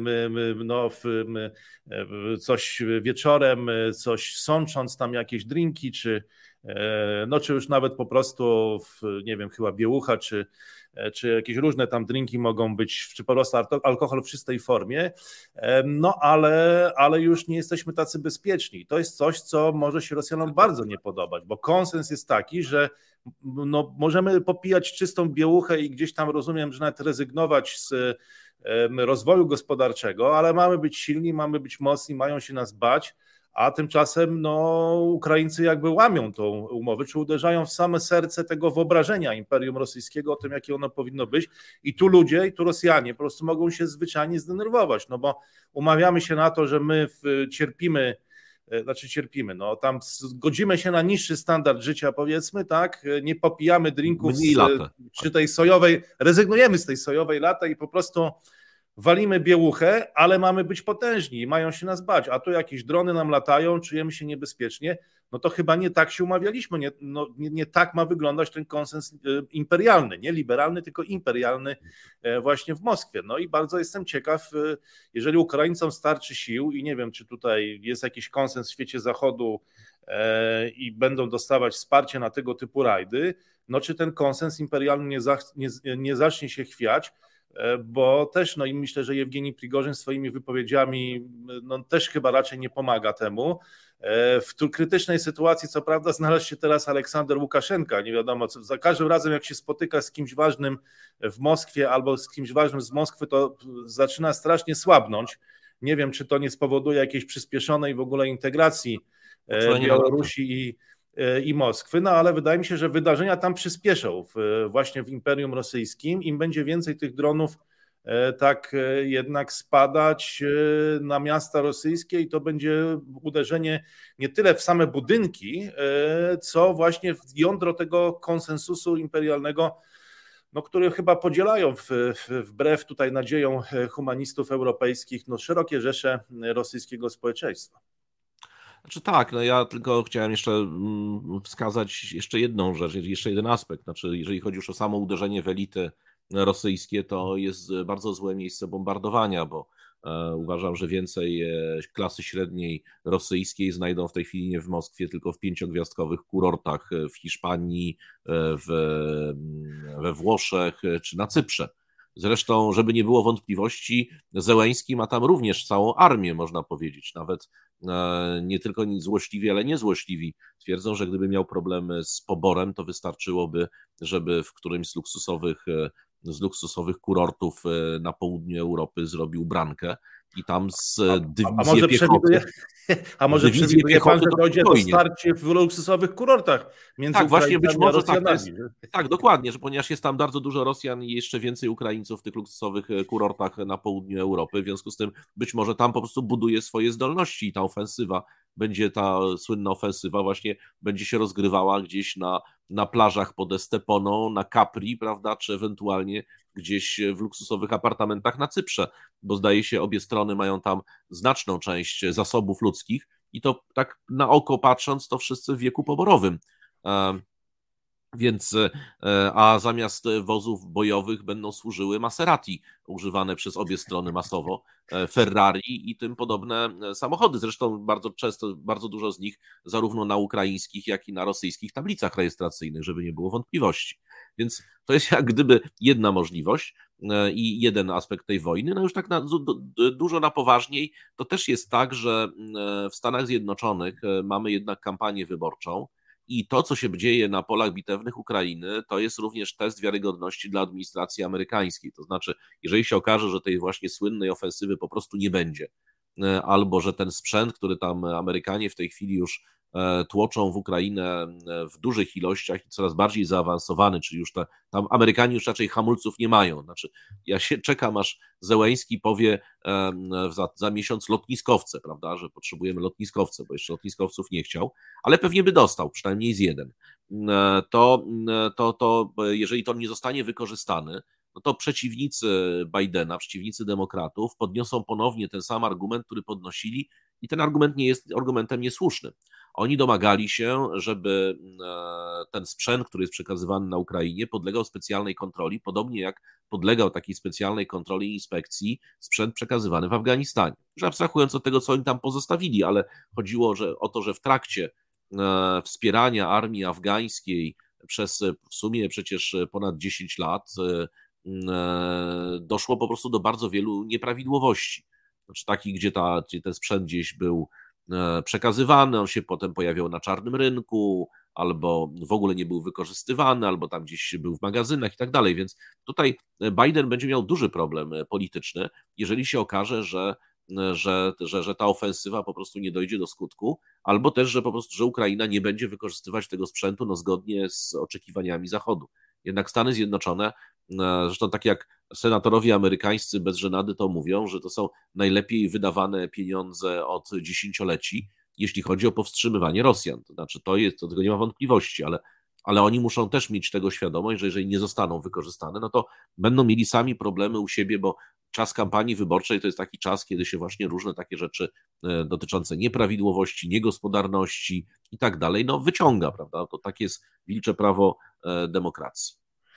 coś wieczorem, coś sącząc tam jakieś drinki, czy już nawet po prostu, nie wiem, chyba biełucha, czy jakieś różne tam drinki mogą być, czy po prostu alkohol w czystej formie, no ale już nie jesteśmy tacy bezpieczni. To jest coś, co może się Rosjanom bardzo nie podobać, bo konsens jest taki, że no, możemy popijać czystą biełuchę i gdzieś tam rozumiem, że nawet rezygnować rozwoju gospodarczego, ale mamy być silni, mamy być mocni, mają się nas bać, a tymczasem Ukraińcy jakby łamią tą umowę, czy uderzają w same serce tego wyobrażenia Imperium Rosyjskiego o tym, jakie ono powinno być. I tu ludzie, i tu Rosjanie po prostu mogą się zwyczajnie zdenerwować, bo umawiamy się na to, że my cierpimy, tam zgodzimy się na niższy standard życia, powiedzmy, tak, nie popijamy drinków czy tej sojowej, rezygnujemy z tej sojowej latte i po prostu walimy biełuchę, ale mamy być potężni i mają się nas bać, a tu jakieś drony nam latają, czujemy się niebezpiecznie, to chyba nie tak się umawialiśmy, nie tak ma wyglądać ten konsens imperialny, nie liberalny, tylko imperialny właśnie w Moskwie. I bardzo jestem ciekaw, jeżeli Ukraińcom starczy sił i nie wiem, czy tutaj jest jakiś konsens w świecie zachodu i będą dostawać wsparcie na tego typu rajdy, czy ten konsens imperialny nie zacznie się chwiać, bo też i myślę, że Jewgeni Prigorzyn swoimi wypowiedziami też chyba raczej nie pomaga temu. W krytycznej sytuacji co prawda znalazł się teraz Aleksander Łukaszenka, nie wiadomo co, za każdym razem jak się spotyka z kimś ważnym w Moskwie albo z kimś ważnym z Moskwy, to zaczyna strasznie słabnąć. Nie wiem, czy to nie spowoduje jakiejś przyspieszonej w ogóle integracji Białorusi i Moskwy, ale wydaje mi się, że wydarzenia tam przyspieszą właśnie w Imperium Rosyjskim. Im będzie więcej tych dronów tak jednak spadać na miasta rosyjskie i to będzie uderzenie nie tyle w same budynki, co właśnie w jądro tego konsensusu imperialnego, który chyba podzielają wbrew tutaj nadziejom humanistów europejskich szerokie rzesze rosyjskiego społeczeństwa. Znaczy tak, ja tylko chciałem jeszcze wskazać jeszcze jedną rzecz, jeszcze jeden aspekt. Znaczy, jeżeli chodzi już o samo uderzenie w elity rosyjskie, to jest bardzo złe miejsce bombardowania, bo uważam, że więcej klasy średniej rosyjskiej znajdą w tej chwili nie w Moskwie, tylko w 5-gwiazdkowych kurortach w Hiszpanii, we Włoszech czy na Cyprze. Zresztą, żeby nie było wątpliwości, Zełenski ma tam również całą armię, można powiedzieć. Nawet nie tylko złośliwi, ale niezłośliwi twierdzą, że gdyby miał problemy z poborem, to wystarczyłoby, żeby w którymś z luksusowych kurortów na południu Europy zrobił brankę i tam z dywizję piechoty. A może przewiduje pan, że dojdzie do starcia w luksusowych kurortach między Ukraińcami a Rosjanami? Tak, dokładnie, że ponieważ jest tam bardzo dużo Rosjan i jeszcze więcej Ukraińców w tych luksusowych kurortach na południu Europy, w związku z tym być może tam po prostu buduje swoje zdolności i ta słynna ofensywa właśnie będzie się rozgrywała gdzieś na plażach pod Esteponą, na Capri, prawda, czy ewentualnie gdzieś w luksusowych apartamentach na Cyprze, bo zdaje się obie strony mają tam znaczną część zasobów ludzkich i to tak na oko patrząc, to wszyscy w wieku poborowym. Więc, a zamiast wozów bojowych będą służyły Maserati, używane przez obie strony masowo, Ferrari i tym podobne samochody. Zresztą bardzo często, bardzo dużo z nich zarówno na ukraińskich, jak i na rosyjskich tablicach rejestracyjnych, żeby nie było wątpliwości. Więc to jest jak gdyby jedna możliwość i jeden aspekt tej wojny. Już tak dużo na poważniej, to też jest tak, że w Stanach Zjednoczonych mamy jednak kampanię wyborczą, i to, co się dzieje na polach bitewnych Ukrainy, to jest również test wiarygodności dla administracji amerykańskiej. To znaczy, jeżeli się okaże, że tej właśnie słynnej ofensywy po prostu nie będzie, albo że ten sprzęt, który tam Amerykanie w tej chwili już tłoczą w Ukrainę w dużych ilościach i coraz bardziej zaawansowany, czyli już tam Amerykanie już raczej hamulców nie mają. Znaczy, ja się czekam, aż Zełenski powie za miesiąc lotniskowce, prawda, że potrzebujemy lotniskowce, bo jeszcze lotniskowców nie chciał, ale pewnie by dostał, przynajmniej z jeden. To jeżeli to nie zostanie wykorzystane, no to przeciwnicy Bidena, przeciwnicy demokratów podniosą ponownie ten sam argument, który podnosili i ten argument nie jest argumentem niesłusznym. Oni domagali się, żeby ten sprzęt, który jest przekazywany na Ukrainie, podlegał specjalnej kontroli, podobnie jak podlegał takiej specjalnej kontroli i inspekcji sprzęt przekazywany w Afganistanie. Już abstrahując od tego, co oni tam pozostawili, ale chodziło o to, że w trakcie wspierania armii afgańskiej przez w sumie przecież ponad 10 lat doszło po prostu do bardzo wielu nieprawidłowości. Znaczy takich, gdzie ten sprzęt gdzieś był przekazywany, on się potem pojawiał na czarnym rynku, albo w ogóle nie był wykorzystywany, albo tam gdzieś był w magazynach i tak dalej. Więc tutaj Biden będzie miał duży problem polityczny, jeżeli się okaże, że ta ofensywa po prostu nie dojdzie do skutku, albo też, że po prostu, że Ukraina nie będzie wykorzystywać tego sprzętu zgodnie z oczekiwaniami Zachodu. Jednak Stany Zjednoczone, zresztą tak jak senatorowie amerykańscy bez żenady to mówią, że to są najlepiej wydawane pieniądze od dziesięcioleci, jeśli chodzi o powstrzymywanie Rosjan. To znaczy, to tego nie ma wątpliwości, ale oni muszą też mieć tego świadomość, że jeżeli nie zostaną wykorzystane, no to będą mieli sami problemy u siebie, bo czas kampanii wyborczej to jest taki czas, kiedy się właśnie różne takie rzeczy dotyczące nieprawidłowości, niegospodarności i tak dalej, no wyciąga, prawda? To takie jest wilcze prawo demokracji.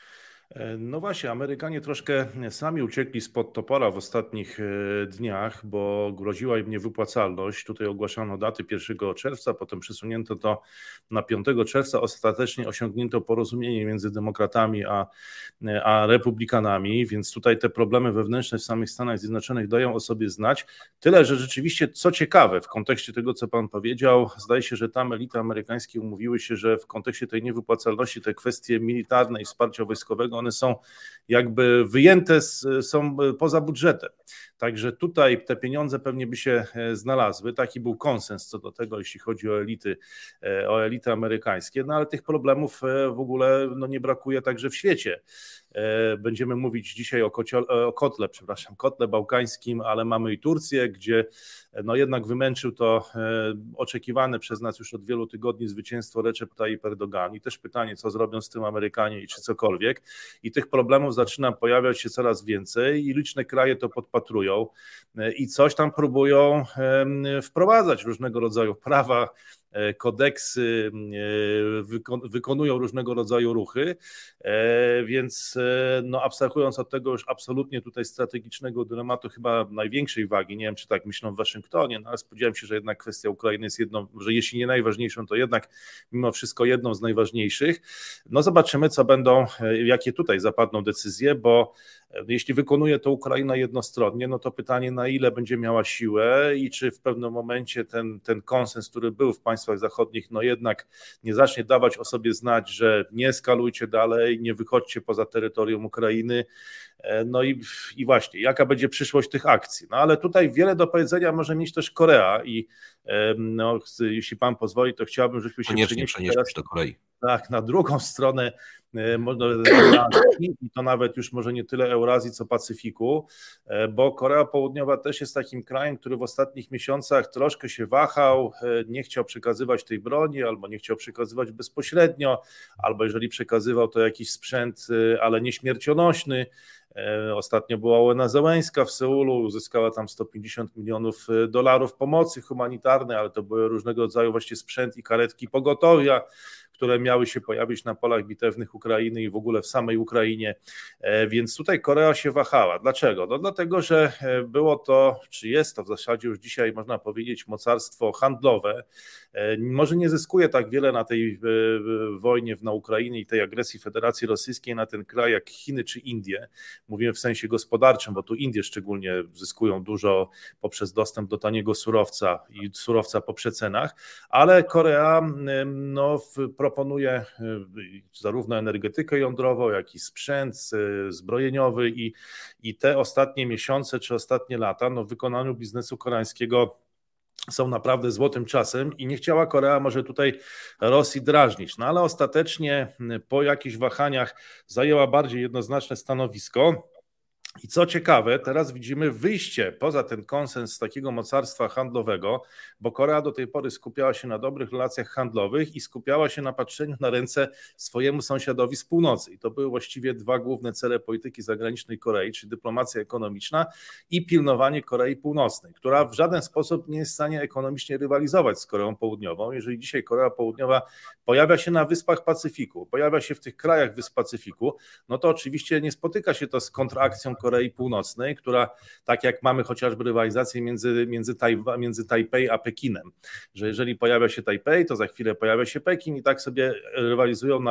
No właśnie, Amerykanie troszkę sami uciekli spod topora w ostatnich dniach, bo groziła im niewypłacalność. Tutaj ogłaszano daty 1 czerwca, potem przesunięto to na 5 czerwca. Ostatecznie osiągnięto porozumienie między demokratami a republikanami, więc tutaj te problemy wewnętrzne w samych Stanach Zjednoczonych dają o sobie znać. Tyle, że rzeczywiście, co ciekawe, w kontekście tego, co pan powiedział, zdaje się, że tam elity amerykańskie umówiły się, że w kontekście tej niewypłacalności te kwestie militarne i wsparcia wojskowego, one są jakby wyjęte, są poza budżetem. Także tutaj te pieniądze pewnie by się znalazły. Taki był konsens co do tego, jeśli chodzi o elity amerykańskie. No ale tych problemów w ogóle nie brakuje także w świecie. Będziemy mówić dzisiaj o kotle bałkańskim, ale mamy i Turcję, gdzie jednak wymęczył to oczekiwane przez nas już od wielu tygodni zwycięstwo Recep Tayyip Erdogan. I też pytanie, co zrobią z tym Amerykanie i czy cokolwiek. I tych problemów zaczyna pojawiać się coraz więcej i liczne kraje to podpatrują i coś tam próbują wprowadzać, różnego rodzaju prawa, kodeksy, wykonują różnego rodzaju ruchy, więc abstrahując od tego już absolutnie tutaj strategicznego dylematu chyba największej wagi, nie wiem czy tak myślą w Waszyngtonie, ale spodziewałem się, że jednak kwestia Ukrainy jest jedną, że jeśli nie najważniejszą, to jednak mimo wszystko jedną z najważniejszych. Zobaczymy, jakie tutaj zapadną decyzje, bo jeśli wykonuje to Ukraina jednostronnie, to pytanie, na ile będzie miała siłę i czy w pewnym momencie ten konsens, który był w państwach zachodnich, jednak nie zacznie dawać o sobie znać, że nie eskalujcie dalej, nie wychodźcie poza terytorium Ukrainy. I właśnie, jaka będzie przyszłość tych akcji. Ale tutaj wiele do powiedzenia może mieć też Korea i jeśli pan pozwoli, to chciałbym, żebyśmy się przenieśli teraz do Korei. Tak, na drugą stronę Eurazji i to nawet już może nie tyle Eurazji, co Pacyfiku, bo Korea Południowa też jest takim krajem, który w ostatnich miesiącach troszkę się wahał, nie chciał przekazywać tej broni, albo nie chciał przekazywać bezpośrednio, albo jeżeli przekazywał, to jakiś sprzęt, ale nieśmiercionośny. Ostatnio była Ołena Zełenska w Seulu, uzyskała tam $150 milionów pomocy humanitarnej, ale to były różnego rodzaju właśnie sprzęt i karetki pogotowia, które miały się pojawić na polach bitewnych Ukrainy i w ogóle w samej Ukrainie, więc tutaj Korea się wahała. Dlaczego? Dlatego, że było to, czy jest to w zasadzie już dzisiaj można powiedzieć mocarstwo handlowe, może nie zyskuje tak wiele na tej wojnie na Ukrainie i tej agresji Federacji Rosyjskiej na ten kraj jak Chiny czy Indie, mówię w sensie gospodarczym, bo tu Indie szczególnie zyskują dużo poprzez dostęp do taniego surowca i surowca po przecenach, ale Korea proponuje zarówno energetykę jądrową, jak i sprzęt zbrojeniowy i te ostatnie miesiące czy ostatnie lata w wykonaniu biznesu koreańskiego są naprawdę złotym czasem i nie chciała Korea może tutaj Rosji drażnić, ale ostatecznie po jakichś wahaniach zajęła bardziej jednoznaczne stanowisko. I co ciekawe, teraz widzimy wyjście poza ten konsens takiego mocarstwa handlowego, bo Korea do tej pory skupiała się na dobrych relacjach handlowych i skupiała się na patrzeniu na ręce swojemu sąsiadowi z północy. I to były właściwie dwa główne cele polityki zagranicznej Korei, czyli dyplomacja ekonomiczna i pilnowanie Korei Północnej, która w żaden sposób nie jest w stanie ekonomicznie rywalizować z Koreą Południową. Jeżeli dzisiaj Korea Południowa pojawia się na Wyspach Pacyfiku, pojawia się w tych krajach Wysp Pacyfiku, to oczywiście nie spotyka się to z kontrakcją Korei Północnej, która tak jak mamy chociażby rywalizację między Tajpej a Pekinem, że jeżeli pojawia się Tajpej, to za chwilę pojawia się Pekin i tak sobie rywalizują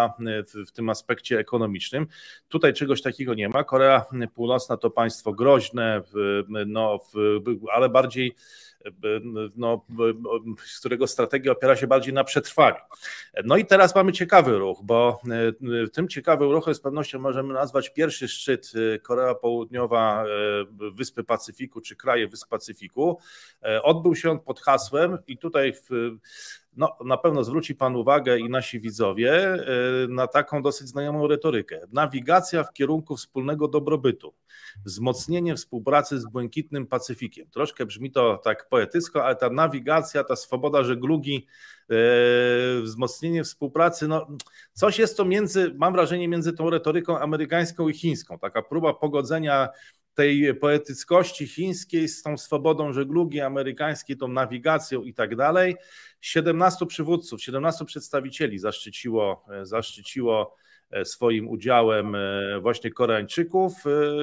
w tym aspekcie ekonomicznym. Tutaj czegoś takiego nie ma. Korea Północna to państwo groźne, ale bardziej z którego strategia opiera się bardziej na przetrwaniu. No i teraz mamy ciekawy ruch, bo tym ciekawym ruchem z pewnością możemy nazwać pierwszy szczyt Korea Południowa, Wyspy Pacyfiku czy kraje Wysp Pacyfiku. Odbył się on pod hasłem i tutaj na pewno zwróci Pan uwagę i nasi widzowie na taką dosyć znajomą retorykę. Nawigacja w kierunku wspólnego dobrobytu, wzmocnienie współpracy z Błękitnym Pacyfikiem. Troszkę brzmi to tak poetycko, ale ta nawigacja, ta swoboda żeglugi, wzmocnienie współpracy, coś jest to mam wrażenie, między tą retoryką amerykańską i chińską. Taka próba pogodzenia tej poetyckości chińskiej z tą swobodą żeglugi amerykańskiej, tą nawigacją i tak dalej. 17 przywódców, 17 przedstawicieli zaszczyciło swoim udziałem właśnie Koreańczyków.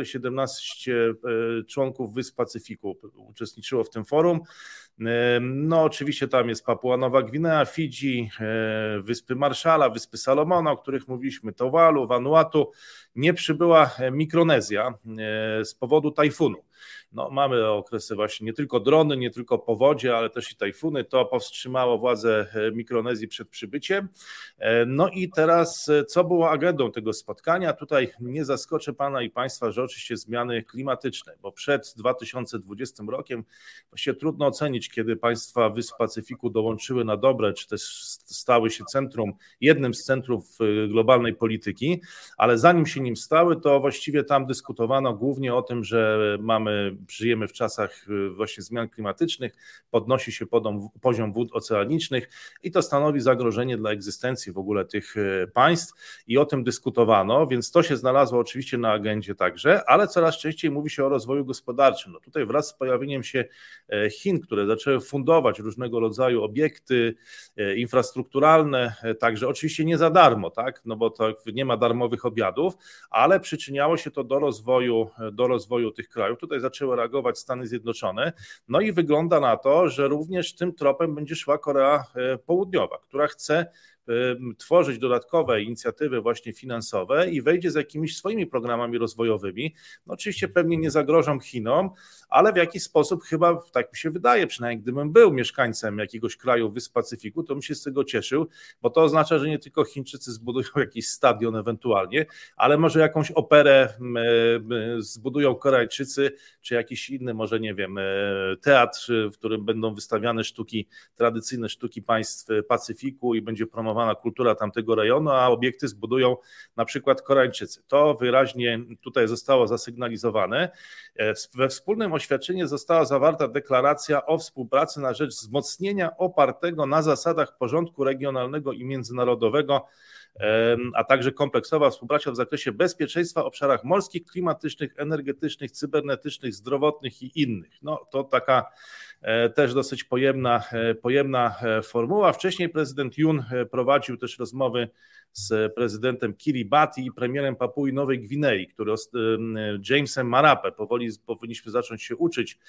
17 członków Wysp Pacyfiku uczestniczyło w tym forum. Oczywiście tam jest Papua Nowa Gwinea, Fidżi, Wyspy Marszala, Wyspy Salomona, o których mówiliśmy, Tuwalu, Vanuatu. Nie przybyła Mikronezja z powodu tajfunu. Mamy okresy właśnie nie tylko drony, nie tylko powodzie, ale też i tajfuny. To powstrzymało władze Mikronezji przed przybyciem. I teraz co było agendą tego spotkania? Tutaj nie zaskoczę Pana i Państwa, że oczywiście zmiany klimatyczne, bo przed 2020 rokiem właściwie trudno ocenić, kiedy państwa Wysp Pacyfiku dołączyły na dobre, czy też stały się jednym z centrów globalnej polityki, ale zanim się nim stały, to właściwie tam dyskutowano głównie o tym, że żyjemy w czasach właśnie zmian klimatycznych, podnosi się poziom wód oceanicznych i to stanowi zagrożenie dla egzystencji w ogóle tych państw i o tym dyskutowano, więc to się znalazło oczywiście na agendzie także, ale coraz częściej mówi się o rozwoju gospodarczym. Tutaj wraz z pojawieniem się Chin, które zaczęły fundować różnego rodzaju obiekty infrastrukturalne, także oczywiście nie za darmo, tak? Bo to nie ma darmowych obiadów, ale przyczyniało się to do rozwoju tych krajów. Tutaj zaczęły reagować Stany Zjednoczone, i wygląda na to, że również tym tropem będzie szła Korea Południowa, która chce tworzyć dodatkowe inicjatywy właśnie finansowe i wejdzie z jakimiś swoimi programami rozwojowymi. Oczywiście pewnie nie zagrożą Chinom, ale w jakiś sposób chyba, tak mi się wydaje, przynajmniej gdybym był mieszkańcem jakiegoś kraju Wysp Pacyfiku, to bym się z tego cieszył, bo to oznacza, że nie tylko Chińczycy zbudują jakiś stadion ewentualnie, ale może jakąś operę zbudują Koreańczycy, czy jakiś inny, może nie wiem, teatr, w którym będą wystawiane tradycyjne sztuki państw Pacyfiku i będzie promowana kultura tamtego rejonu, a obiekty zbudują na przykład Koreańczycy. To wyraźnie tutaj zostało zasygnalizowane. We wspólnym oświadczeniu została zawarta deklaracja o współpracy na rzecz wzmocnienia opartego na zasadach porządku regionalnego i międzynarodowego, a także kompleksowa współpraca w zakresie bezpieczeństwa w obszarach morskich, klimatycznych, energetycznych, cybernetycznych, zdrowotnych i innych. To taka też dosyć pojemna formuła. Wcześniej prezydent Yoon prowadził też rozmowy z prezydentem Kiribati i premierem Papui Nowej Gwinei, który Jamesem Marape, powoli powinniśmy zacząć się uczyć,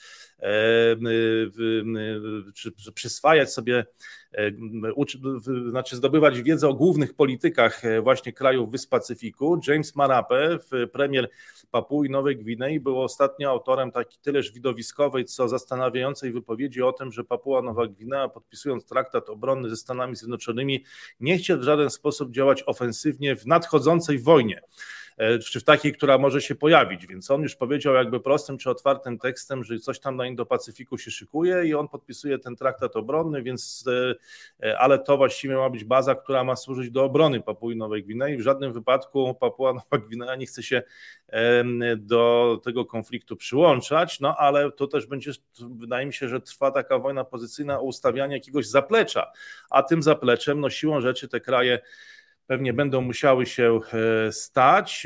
czy przyswajać sobie, znaczy zdobywać wiedzę o głównych politykach właśnie krajów Wysp Pacyfiku. James Marape, premier Papui Nowej Gwinei, był ostatnio autorem tyleż widowiskowej, co zastanawiającej wypowiedzi o tym, że Papua Nowa Gwinea, podpisując traktat obronny ze Stanami Zjednoczonymi, nie chce w żaden sposób działać ofensywnie w nadchodzącej wojnie, czy w takiej, która może się pojawić, więc on już powiedział jakby prostym czy otwartym tekstem, że coś tam na Indo-Pacyfiku się szykuje i on podpisuje ten traktat obronny, ale to właściwie ma być baza, która ma służyć do obrony Papui Nowej Gwinei. W żadnym wypadku Papua Nowa Gwinea nie chce się do tego konfliktu przyłączać, ale to też będzie, wydaje mi się, że trwa taka wojna pozycyjna o ustawianie jakiegoś zaplecza, a tym zapleczem siłą rzeczy te kraje pewnie będą musiały się stać.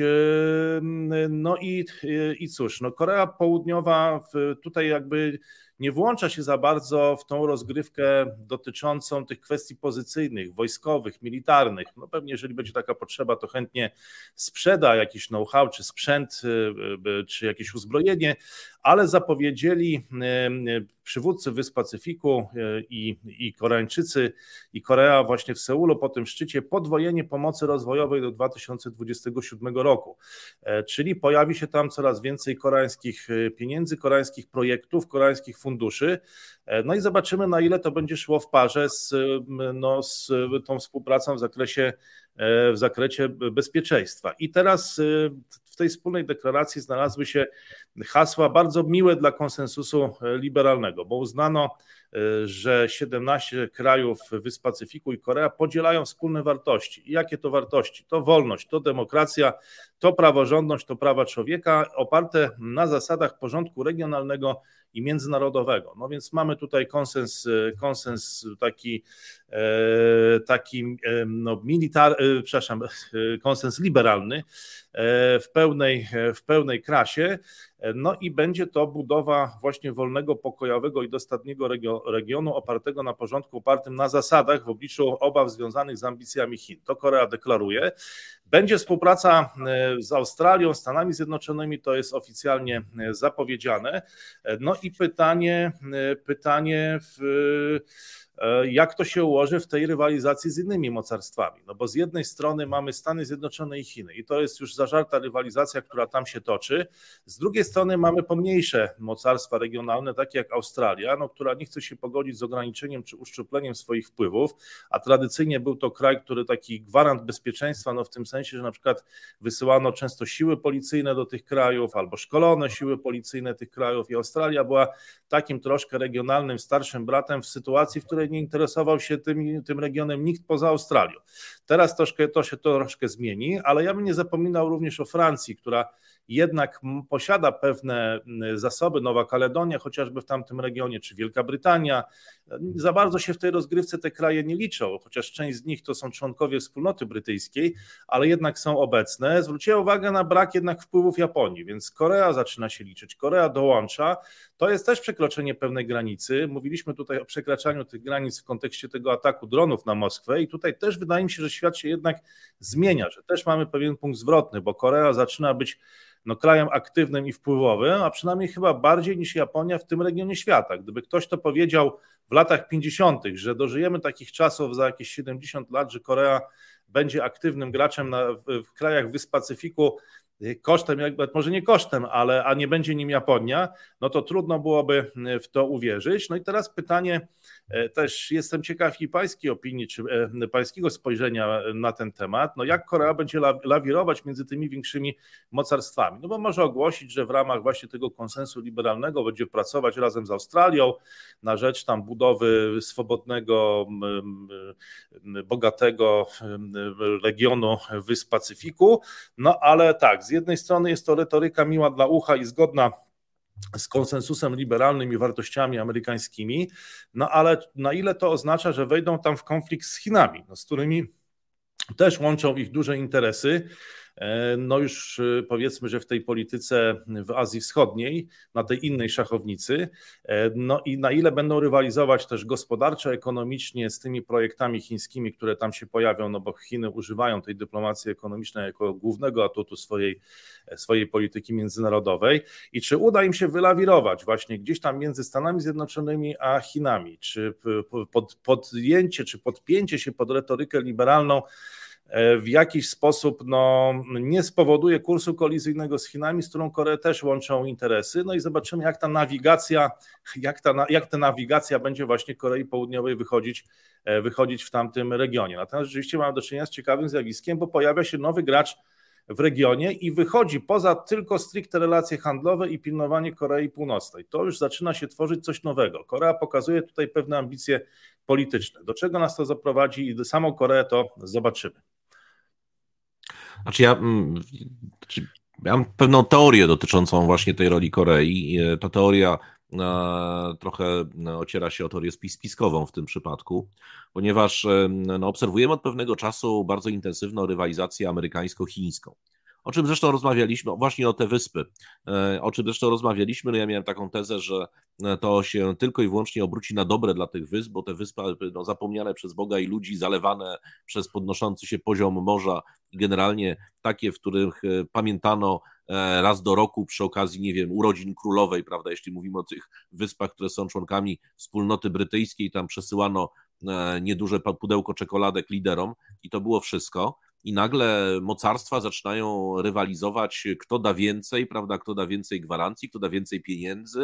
I cóż, Korea Południowa tutaj jakby nie włącza się za bardzo w tą rozgrywkę dotyczącą tych kwestii pozycyjnych, wojskowych, militarnych. Pewnie jeżeli będzie taka potrzeba, to chętnie sprzeda jakiś know-how, czy sprzęt, czy jakieś uzbrojenie, ale zapowiedzieli przywódcy Wysp Pacyfiku i Koreańczycy i Korea właśnie w Seulu po tym szczycie podwojenie pomocy rozwojowej do 2027 roku. Czyli pojawi się tam coraz więcej koreańskich pieniędzy, koreańskich projektów, koreańskich funduszy. No i zobaczymy, na ile to będzie szło w parze z tą współpracą w zakresie bezpieczeństwa. I teraz w tej wspólnej deklaracji znalazły się hasła bardzo miłe dla konsensusu liberalnego, bo uznano, że 17 krajów Wysp Pacyfiku i Korea podzielają wspólne wartości. I jakie to wartości? To wolność, to demokracja, to praworządność, to prawa człowieka oparte na zasadach porządku regionalnego i międzynarodowego. No więc mamy tutaj konsens konsens liberalny w pełnej krasie. No i będzie to budowa właśnie wolnego, pokojowego i dostatniego regionu opartego na porządku, opartym na zasadach w obliczu obaw związanych z ambicjami Chin. To Korea deklaruje. Będzie współpraca z Australią, Stanami Zjednoczonymi, to jest oficjalnie zapowiedziane. No i pytanie jak to się ułoży w tej rywalizacji z innymi mocarstwami. No bo z jednej strony mamy Stany Zjednoczone i Chiny i to jest już zażarta rywalizacja, która tam się toczy. Z drugiej strony mamy pomniejsze mocarstwa regionalne, takie jak Australia, która nie chce się pogodzić z ograniczeniem czy uszczupleniem swoich wpływów, a tradycyjnie był to kraj, który taki gwarant bezpieczeństwa, w tym sensie, że na przykład wysyłano często siły policyjne do tych krajów albo szkolone siły policyjne tych krajów i Australia była takim troszkę regionalnym starszym bratem w sytuacji, w której nie interesował się tym regionem nikt poza Australią. Teraz to się troszkę zmieni, ale ja bym nie zapominał również o Francji, która jednak posiada pewne zasoby, Nowa Kaledonia chociażby w tamtym regionie, czy Wielka Brytania. Za bardzo się w tej rozgrywce te kraje nie liczą, chociaż część z nich to są członkowie wspólnoty brytyjskiej, ale jednak są obecne. Zwróciłem uwagę na brak jednak wpływów Japonii, więc Korea zaczyna się liczyć, Korea dołącza. To jest też przekroczenie pewnej granicy. Mówiliśmy tutaj o przekraczaniu tych granic w kontekście tego ataku dronów na Moskwę i tutaj też wydaje mi się, że świat się jednak zmienia, że też mamy pewien punkt zwrotny, bo Korea zaczyna być krajem aktywnym i wpływowym, a przynajmniej chyba bardziej niż Japonia w tym regionie świata. Gdyby ktoś to powiedział w latach 50., że dożyjemy takich czasów za jakieś 70 lat, że Korea będzie aktywnym graczem w krajach Wysp Pacyfiku, kosztem, może nie kosztem, a nie będzie nim Japonia, to trudno byłoby w to uwierzyć. No i teraz pytanie, też jestem ciekaw i pańskiej opinii, czy pańskiego spojrzenia na ten temat, jak Korea będzie lawirować między tymi większymi mocarstwami, bo może ogłosić, że w ramach właśnie tego konsensu liberalnego będzie pracować razem z Australią na rzecz tam budowy swobodnego, bogatego regionu Wysp Pacyfiku, ale tak, z jednej strony jest to retoryka miła dla ucha i zgodna z konsensusem liberalnym i wartościami amerykańskimi, ale na ile to oznacza, że wejdą tam w konflikt z Chinami, z którymi też łączą ich duże interesy, już powiedzmy, że w tej polityce w Azji Wschodniej, na tej innej szachownicy, i na ile będą rywalizować też gospodarczo, ekonomicznie z tymi projektami chińskimi, które tam się pojawią, bo Chiny używają tej dyplomacji ekonomicznej jako głównego atutu swojej polityki międzynarodowej i czy uda im się wylawirować właśnie gdzieś tam między Stanami Zjednoczonymi a Chinami, czy podjęcie, czy podpięcie się pod retorykę liberalną w jakiś sposób nie spowoduje kursu kolizyjnego z Chinami, z którą Koreę też łączą interesy. I zobaczymy, jak ta nawigacja będzie właśnie Korei Południowej wychodzić w tamtym regionie. Natomiast rzeczywiście mamy do czynienia z ciekawym zjawiskiem, bo pojawia się nowy gracz w regionie i wychodzi poza tylko stricte relacje handlowe i pilnowanie Korei Północnej. To już zaczyna się tworzyć coś nowego. Korea pokazuje tutaj pewne ambicje polityczne. Do czego nas to zaprowadzi i samą Koreę to zobaczymy. Ja mam pewną teorię dotyczącą właśnie tej roli Korei. Ta teoria trochę ociera się o teorię spiskową w tym przypadku, ponieważ obserwujemy od pewnego czasu bardzo intensywną rywalizację amerykańsko-chińską. O czym zresztą rozmawialiśmy, właśnie o te wyspy, o czym zresztą rozmawialiśmy, ja miałem taką tezę, że to się tylko i wyłącznie obróci na dobre dla tych wysp, bo te wyspy zapomniane przez Boga i ludzi, zalewane przez podnoszący się poziom morza i generalnie takie, w których pamiętano raz do roku przy okazji, nie wiem, urodzin królowej, prawda, jeśli mówimy o tych wyspach, które są członkami wspólnoty brytyjskiej, tam przesyłano nieduże pudełko czekoladek liderom i to było wszystko. I nagle mocarstwa zaczynają rywalizować, kto da więcej, prawda, kto da więcej gwarancji, kto da więcej pieniędzy,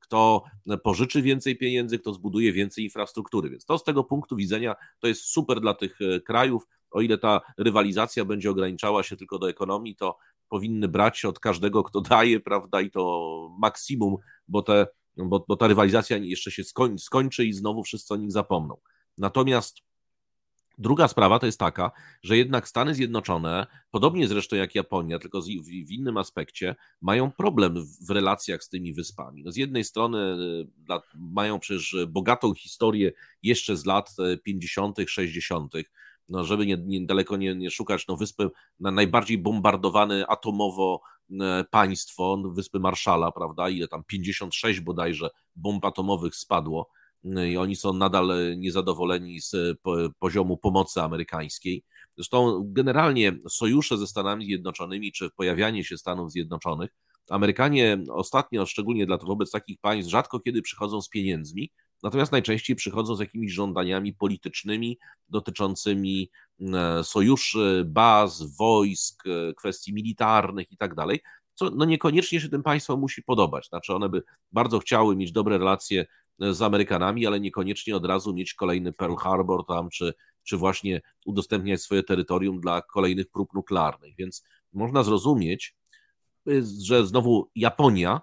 kto pożyczy więcej pieniędzy, kto zbuduje więcej infrastruktury. Więc to z tego punktu widzenia to jest super dla tych krajów. O ile ta rywalizacja będzie ograniczała się tylko do ekonomii, to powinny brać od każdego, kto daje, prawda, i to maksimum, bo ta rywalizacja jeszcze się skończy i znowu wszyscy o nich zapomną. Natomiast druga sprawa to jest taka, że jednak Stany Zjednoczone, podobnie zresztą jak Japonia, tylko w innym aspekcie, mają problem w relacjach z tymi wyspami. No z jednej strony mają przecież bogatą historię jeszcze z lat 50., 60., no żeby daleko nie szukać, no wyspy najbardziej bombardowane atomowo państwo, wyspy Marshalla, prawda, ile tam 56 bodajże bomb atomowych spadło i oni są nadal niezadowoleni z poziomu pomocy amerykańskiej. Zresztą generalnie sojusze ze Stanami Zjednoczonymi, czy pojawianie się Stanów Zjednoczonych, Amerykanie ostatnio, szczególnie wobec takich państw, rzadko kiedy przychodzą z pieniędzmi, natomiast najczęściej przychodzą z jakimiś żądaniami politycznymi dotyczącymi sojuszy, baz, wojsk, kwestii militarnych i tak dalej, co no niekoniecznie się tym państwom musi podobać. Znaczy one by bardzo chciały mieć dobre relacje z Amerykanami, ale niekoniecznie od razu mieć kolejny Pearl Harbor tam, czy właśnie udostępniać swoje terytorium dla kolejnych prób nuklearnych. Więc można zrozumieć, że znowu Japonia,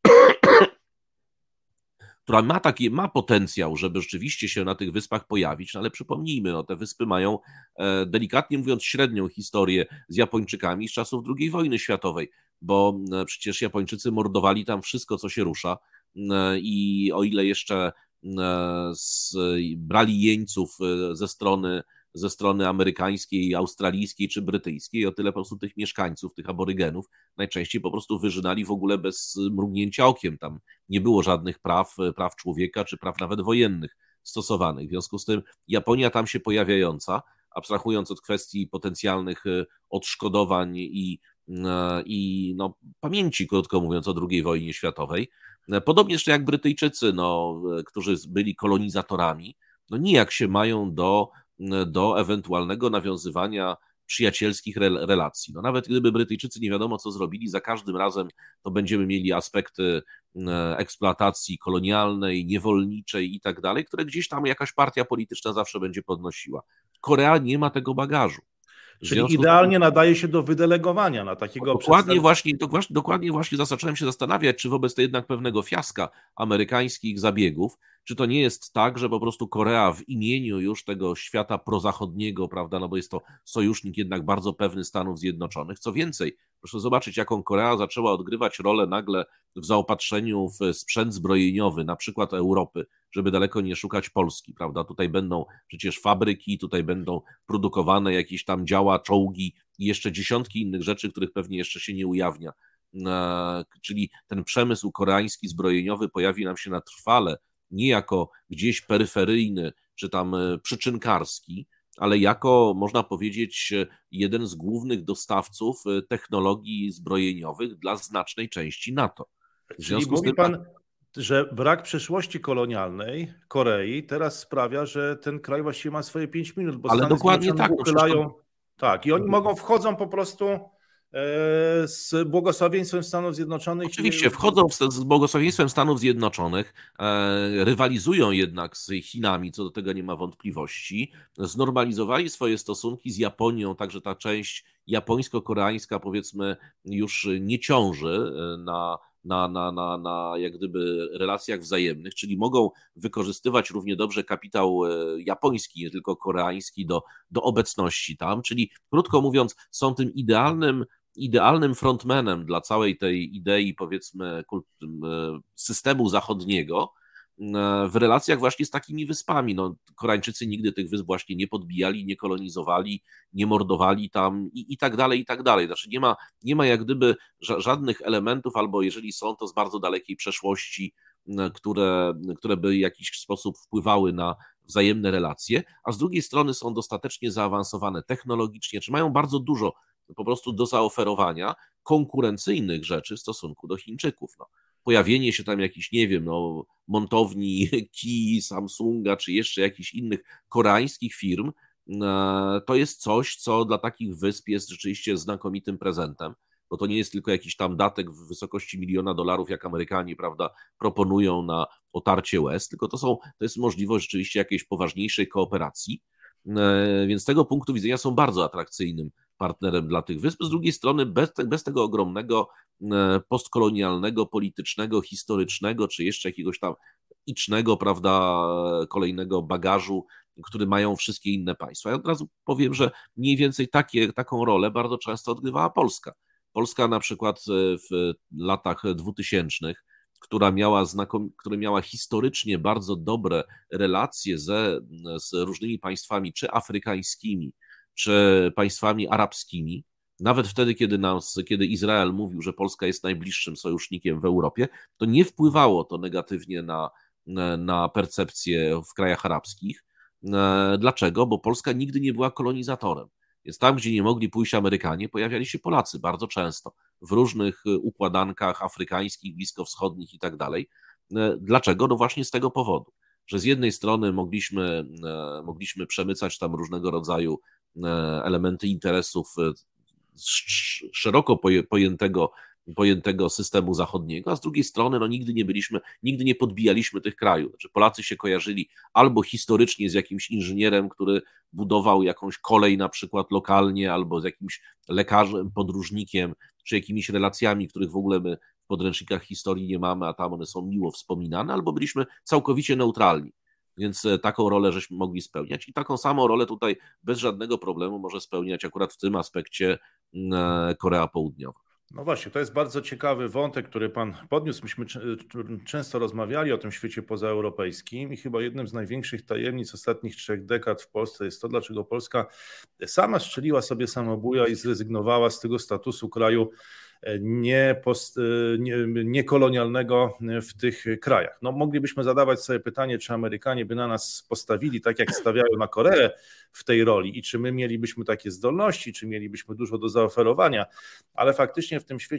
która ma potencjał, żeby rzeczywiście się na tych wyspach pojawić, no ale przypomnijmy, no te wyspy mają, delikatnie mówiąc, średnią historię z Japończykami z czasów II wojny światowej, bo przecież Japończycy mordowali tam wszystko, co się rusza i o ile jeszcze brali jeńców ze strony amerykańskiej, australijskiej czy brytyjskiej, o tyle po prostu tych mieszkańców, tych aborygenów najczęściej po prostu wyżynali w ogóle bez mrugnięcia okiem. Tam nie było żadnych praw człowieka czy praw nawet wojennych stosowanych. W związku z tym Japonia tam się pojawiająca, abstrahując od kwestii potencjalnych odszkodowań i no, pamięci, krótko mówiąc, o II wojnie światowej. Podobnie jeszcze jak Brytyjczycy, no, którzy byli kolonizatorami, no nijak się mają do ewentualnego nawiązywania przyjacielskich relacji. No nawet gdyby Brytyjczycy nie wiadomo co zrobili, za każdym razem to będziemy mieli aspekty eksploatacji kolonialnej, niewolniczej i tak dalej, które gdzieś tam jakaś partia polityczna zawsze będzie podnosiła. Korea nie ma tego bagażu. Czyli idealnie nadaje się do wydelegowania na takiego Dokładnie właśnie zacząłem się zastanawiać, czy wobec jednak pewnego fiaska amerykańskich zabiegów, czy to nie jest tak, że po prostu Korea w imieniu już tego świata prozachodniego, prawda, no bo jest to sojusznik jednak bardzo pewny Stanów Zjednoczonych. Co więcej, proszę zobaczyć, jaką Korea zaczęła odgrywać rolę nagle w zaopatrzeniu w sprzęt zbrojeniowy, na przykład Europy, żeby daleko nie szukać Polski, prawda? Tutaj będą przecież fabryki, tutaj będą produkowane jakieś tam działa, czołgi i jeszcze dziesiątki innych rzeczy, których pewnie jeszcze się nie ujawnia. Czyli ten przemysł koreański zbrojeniowy pojawi nam się na trwale, nie jako gdzieś peryferyjny czy tam przyczynkarski, ale jako, można powiedzieć, jeden z głównych dostawców technologii zbrojeniowych dla znacznej części NATO. Czyli mówi pan, że brak przeszłości kolonialnej Korei teraz sprawia, że ten kraj właściwie ma swoje 5 minut, bo ale Stany dokładnie tak, uchylają. Tak, i oni wchodzą po prostu z błogosławieństwem Stanów Zjednoczonych. Oczywiście, wchodzą z błogosławieństwem Stanów Zjednoczonych, rywalizują jednak z Chinami, co do tego nie ma wątpliwości, znormalizowali swoje stosunki z Japonią, także ta część japońsko-koreańska, powiedzmy, już nie ciąży na jak gdyby relacjach wzajemnych, czyli mogą wykorzystywać równie dobrze kapitał japoński, nie tylko koreański do obecności tam, czyli krótko mówiąc są tym idealnym frontmanem dla całej tej idei, powiedzmy, systemu zachodniego w relacjach właśnie z takimi wyspami. No, Koreańczycy nigdy tych wysp właśnie nie podbijali, nie kolonizowali, nie mordowali tam i tak dalej, i tak dalej. Znaczy nie ma jak gdyby żadnych elementów, albo jeżeli są, to z bardzo dalekiej przeszłości, które by w jakiś sposób wpływały na wzajemne relacje, a z drugiej strony są dostatecznie zaawansowane technologicznie, czy mają bardzo dużo po prostu do zaoferowania konkurencyjnych rzeczy w stosunku do Chińczyków. No, pojawienie się tam jakichś, nie wiem, no, montowni Kii, Samsunga, czy jeszcze jakichś innych koreańskich firm, to jest coś, co dla takich wysp jest rzeczywiście znakomitym prezentem, bo to nie jest tylko jakiś tam datek w wysokości $1 000 000, jak Amerykanie, prawda, proponują na otarcie łez, tylko to jest możliwość rzeczywiście jakiejś poważniejszej kooperacji, więc z tego punktu widzenia są bardzo atrakcyjnym partnerem dla tych wysp. Z drugiej strony bez tego ogromnego postkolonialnego, politycznego, historycznego, czy jeszcze jakiegoś tam icznego, prawda, kolejnego bagażu, który mają wszystkie inne państwa. Ja od razu powiem, że mniej więcej taką rolę bardzo często odgrywała Polska. Polska na przykład w latach 2000, która miała historycznie bardzo dobre relacje z różnymi państwami, czy afrykańskimi, czy państwami arabskimi, nawet wtedy, kiedy Izrael mówił, że Polska jest najbliższym sojusznikiem w Europie, to nie wpływało to negatywnie na percepcję w krajach arabskich. Dlaczego? Bo Polska nigdy nie była kolonizatorem. Więc tam, gdzie nie mogli pójść Amerykanie, pojawiali się Polacy bardzo często w różnych układankach afrykańskich, bliskowschodnich i tak dalej. Dlaczego? No właśnie z tego powodu, że z jednej strony mogliśmy przemycać tam różnego rodzaju elementy interesów szeroko pojętego systemu zachodniego, a z drugiej strony no, nigdy nie podbijaliśmy tych krajów. Znaczy, Polacy się kojarzyli albo historycznie z jakimś inżynierem, który budował jakąś kolej na przykład lokalnie, albo z jakimś lekarzem, podróżnikiem, czy jakimiś relacjami, których w ogóle my w podręcznikach historii nie mamy, a tam one są miło wspominane, albo byliśmy całkowicie neutralni. Więc taką rolę żeśmy mogli spełniać i taką samą rolę tutaj bez żadnego problemu może spełniać akurat w tym aspekcie Korea Południowa. No właśnie, to jest bardzo ciekawy wątek, który Pan podniósł. Myśmy często rozmawiali o tym świecie pozaeuropejskim i chyba jednym z największych tajemnic ostatnich 3 dekad w Polsce jest to, dlaczego Polska sama strzeliła sobie samobuja i zrezygnowała z tego statusu kraju niekolonialnego w tych krajach. No, moglibyśmy zadawać sobie pytanie, czy Amerykanie by na nas postawili tak, jak stawiają na Koreę w tej roli i czy my mielibyśmy takie zdolności, czy mielibyśmy dużo do zaoferowania, ale faktycznie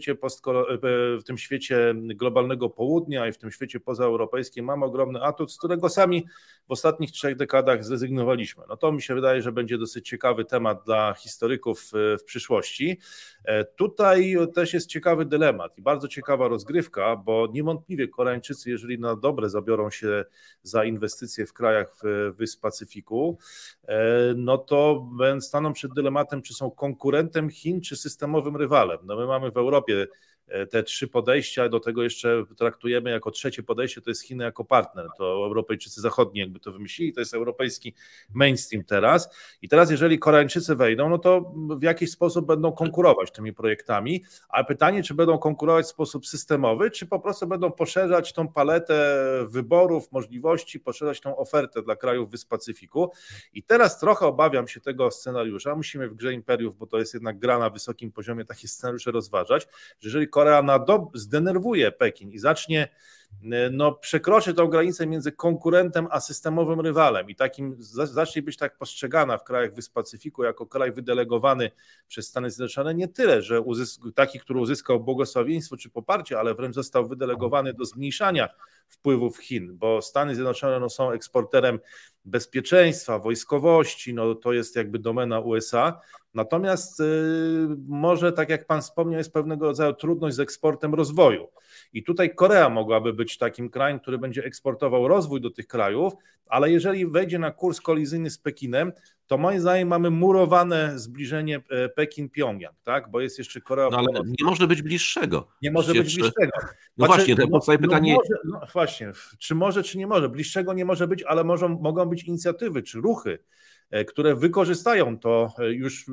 w tym świecie globalnego południa i w tym świecie pozaeuropejskim mamy ogromny atut, z którego sami w ostatnich 3 dekadach zrezygnowaliśmy. No to mi się wydaje, że będzie dosyć ciekawy temat dla historyków w przyszłości. Tutaj też jest ciekawy dylemat i bardzo ciekawa rozgrywka, bo niewątpliwie Koreańczycy, jeżeli na dobre zabiorą się za inwestycje w krajach wysp Pacyfiku, no to staną przed dylematem, czy są konkurentem Chin, czy systemowym rywalem. No my mamy w Europie te 3 podejścia, do tego jeszcze traktujemy jako trzecie podejście, to jest Chiny jako partner, to Europejczycy zachodni jakby to wymyślili, to jest europejski mainstream teraz i teraz jeżeli Koreańczycy wejdą, no to w jakiś sposób będą konkurować tymi projektami, a pytanie, czy będą konkurować w sposób systemowy, czy po prostu będą poszerzać tą paletę wyborów, możliwości, poszerzać tą ofertę dla krajów wysp Pacyfiku i teraz trochę obawiam się tego scenariusza, musimy w grze imperiów, bo to jest jednak gra na wysokim poziomie, takie scenariusze rozważać, że jeżeli Korea zdenerwuje Pekin i przekroczy tą granicę między konkurentem a systemowym rywalem i zacznie być tak postrzegana w krajach wysp Pacyfiku jako kraj wydelegowany przez Stany Zjednoczone, nie tyle, że taki, który uzyskał błogosławieństwo czy poparcie, ale wręcz został wydelegowany do zmniejszania wpływów Chin, bo Stany Zjednoczone są eksporterem bezpieczeństwa, wojskowości, to jest jakby domena USA, natomiast może, tak jak Pan wspomniał, jest pewnego rodzaju trudność z eksportem rozwoju i tutaj Korea mogłaby być takim krajem, który będzie eksportował rozwój do tych krajów, ale jeżeli wejdzie na kurs kolizyjny z Pekinem, to moim zdaniem mamy murowane zbliżenie Pekin-Pjongjang, tak? Bo jest jeszcze Korea... No ale nie może być bliższego. Nie może być bliższego. No właśnie, to podstawowe pytanie... Właśnie, czy może, czy nie może? Bliższego nie może być, ale mogą być inicjatywy czy ruchy, które wykorzystają to już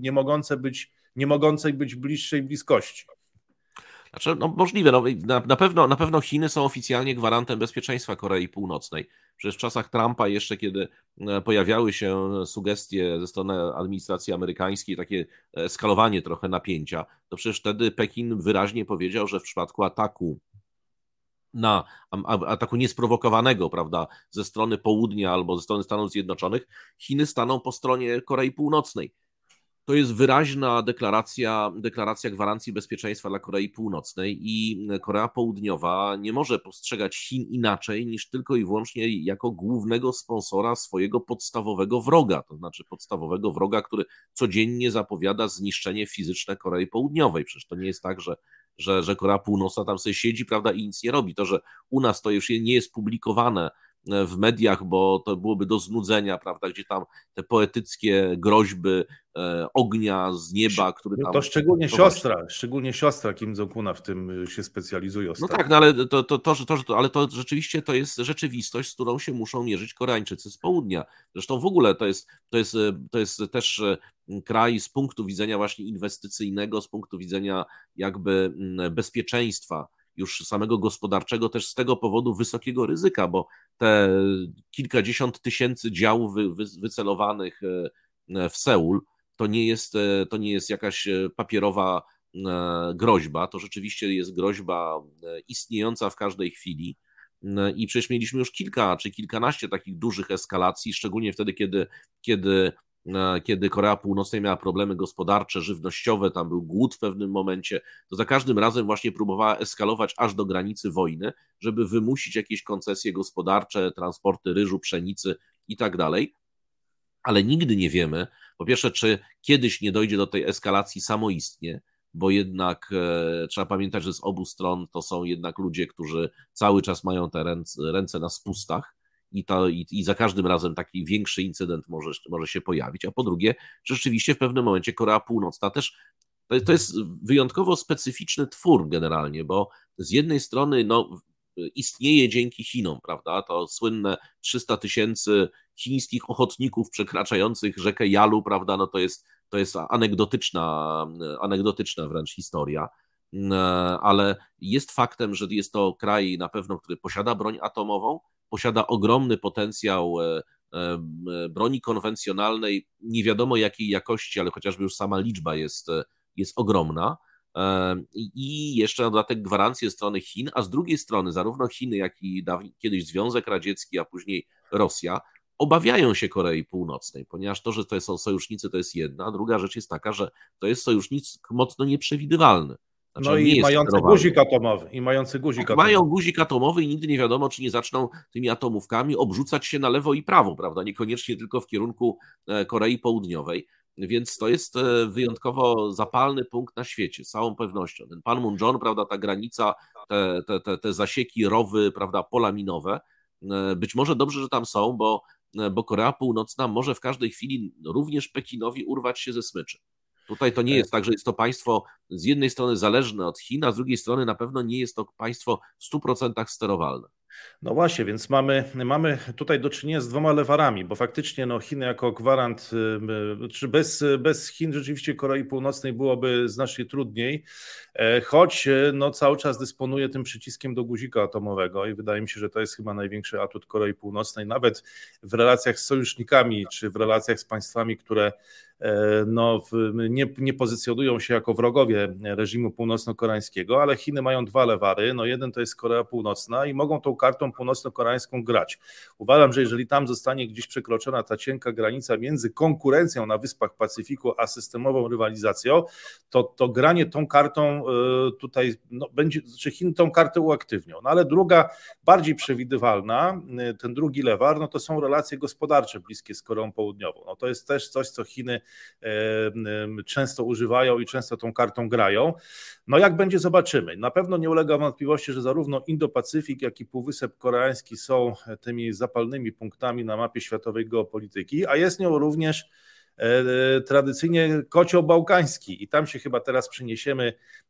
nie mogącej być bliższej bliskości. Znaczy, możliwe. Na pewno Chiny są oficjalnie gwarantem bezpieczeństwa Korei Północnej. Przecież w czasach Trumpa jeszcze, kiedy pojawiały się sugestie ze strony administracji amerykańskiej, takie eskalowanie trochę napięcia, to przecież wtedy Pekin wyraźnie powiedział, że w przypadku ataku niesprowokowanego, prawda, ze strony południa albo ze strony Stanów Zjednoczonych, Chiny staną po stronie Korei Północnej. To jest wyraźna deklaracja gwarancji bezpieczeństwa dla Korei Północnej i Korea Południowa nie może postrzegać Chin inaczej niż tylko i wyłącznie jako głównego sponsora swojego podstawowego wroga, to znaczy podstawowego wroga, który codziennie zapowiada zniszczenie fizyczne Korei Południowej. Przecież to nie jest tak, że Korea Północna tam sobie siedzi, prawda, i nic nie robi. To, że u nas to już nie jest publikowane w mediach, bo to byłoby do znudzenia, prawda, gdzie tam te poetyckie groźby ognia z nieba, który tam... To szczególnie siostra Kim Jong-una w tym się specjalizuje ostatnio. No tak, no ale ale to rzeczywiście to jest rzeczywistość, z którą się muszą mierzyć Koreańczycy z południa. Zresztą w ogóle to jest też kraj z punktu widzenia właśnie inwestycyjnego, z punktu widzenia jakby bezpieczeństwa już samego gospodarczego, też z tego powodu wysokiego ryzyka, bo te kilkadziesiąt tysięcy działów wycelowanych w Seul to nie jest jakaś papierowa groźba, to rzeczywiście jest groźba istniejąca w każdej chwili. I przecież mieliśmy już kilka czy kilkanaście takich dużych eskalacji, szczególnie wtedy, kiedy Korea Północna miała problemy gospodarcze, żywnościowe, tam był głód w pewnym momencie, to za każdym razem właśnie próbowała eskalować aż do granicy wojny, żeby wymusić jakieś koncesje gospodarcze, transporty ryżu, pszenicy i tak dalej. Ale nigdy nie wiemy, po pierwsze, czy kiedyś nie dojdzie do tej eskalacji samoistnie, bo jednak trzeba pamiętać, że z obu stron to są jednak ludzie, którzy cały czas mają te ręce na spustach i za każdym razem taki większy incydent może się pojawić. A po drugie, rzeczywiście w pewnym momencie Korea Północna też to jest wyjątkowo specyficzny twór generalnie, bo z jednej strony istnieje dzięki Chinom, prawda? To słynne 300 000 chińskich ochotników przekraczających rzekę Yalu, prawda? No to jest anegdotyczna wręcz historia, ale jest faktem, że jest to kraj na pewno, który posiada broń atomową, posiada ogromny potencjał broni konwencjonalnej, nie wiadomo jakiej jakości, ale chociażby już sama liczba jest ogromna. I jeszcze na dodatek gwarancje strony Chin, a z drugiej strony zarówno Chiny, jak i kiedyś Związek Radziecki, a później Rosja obawiają się Korei Północnej, ponieważ to, że to są sojusznicy, to jest jedna, a druga rzecz jest taka, że to jest sojusznik mocno nieprzewidywalny. Znaczy, No i mający guzik atomowy. Mają guzik atomowy i nigdy nie wiadomo, czy nie zaczną tymi atomówkami obrzucać się na lewo i prawo, prawda? Niekoniecznie tylko w kierunku Korei Południowej. Więc to jest wyjątkowo zapalny punkt na świecie, z całą pewnością. Ten Panmunjom, prawda, ta granica, te zasieki, rowy, prawda, pola minowe, być może dobrze, że tam są, bo Korea Północna może w każdej chwili również Pekinowi urwać się ze smyczy. Tutaj to nie jest tak, że jest to państwo z jednej strony zależne od Chin, a z drugiej strony na pewno nie jest to państwo w 100% sterowalne. No właśnie, więc mamy tutaj do czynienia z dwoma lewarami, bo faktycznie Chiny jako gwarant, czy bez Chin rzeczywiście Korei Północnej byłoby znacznie trudniej, choć cały czas dysponuje tym przyciskiem do guzika atomowego i wydaje mi się, że to jest chyba największy atut Korei Północnej, nawet w relacjach z sojusznikami, czy w relacjach z państwami, które nie pozycjonują się jako wrogowie reżimu północno-koreańskiego, ale Chiny mają dwa lewary. Jeden to jest Korea Północna i mogą tą kartą północno-koreańską grać. Uważam, że jeżeli tam zostanie gdzieś przekroczona ta cienka granica między konkurencją na Wyspach Pacyfiku a systemową rywalizacją, to granie tą kartą tutaj będzie, czy Chiny tą kartę uaktywnią. Ale druga, bardziej przewidywalna, ten drugi lewar, to są relacje gospodarcze bliskie z Koreą Południową. To jest też coś, co Chiny często używają i często tą kartą grają. Jak będzie, zobaczymy. Na pewno nie ulega wątpliwości, że zarówno Indo-Pacyfik, jak i Półwysep Koreański są tymi zapalnymi punktami na mapie światowej geopolityki, a jest nią również tradycyjnie kocioł bałkański i tam się chyba teraz przeniesiemy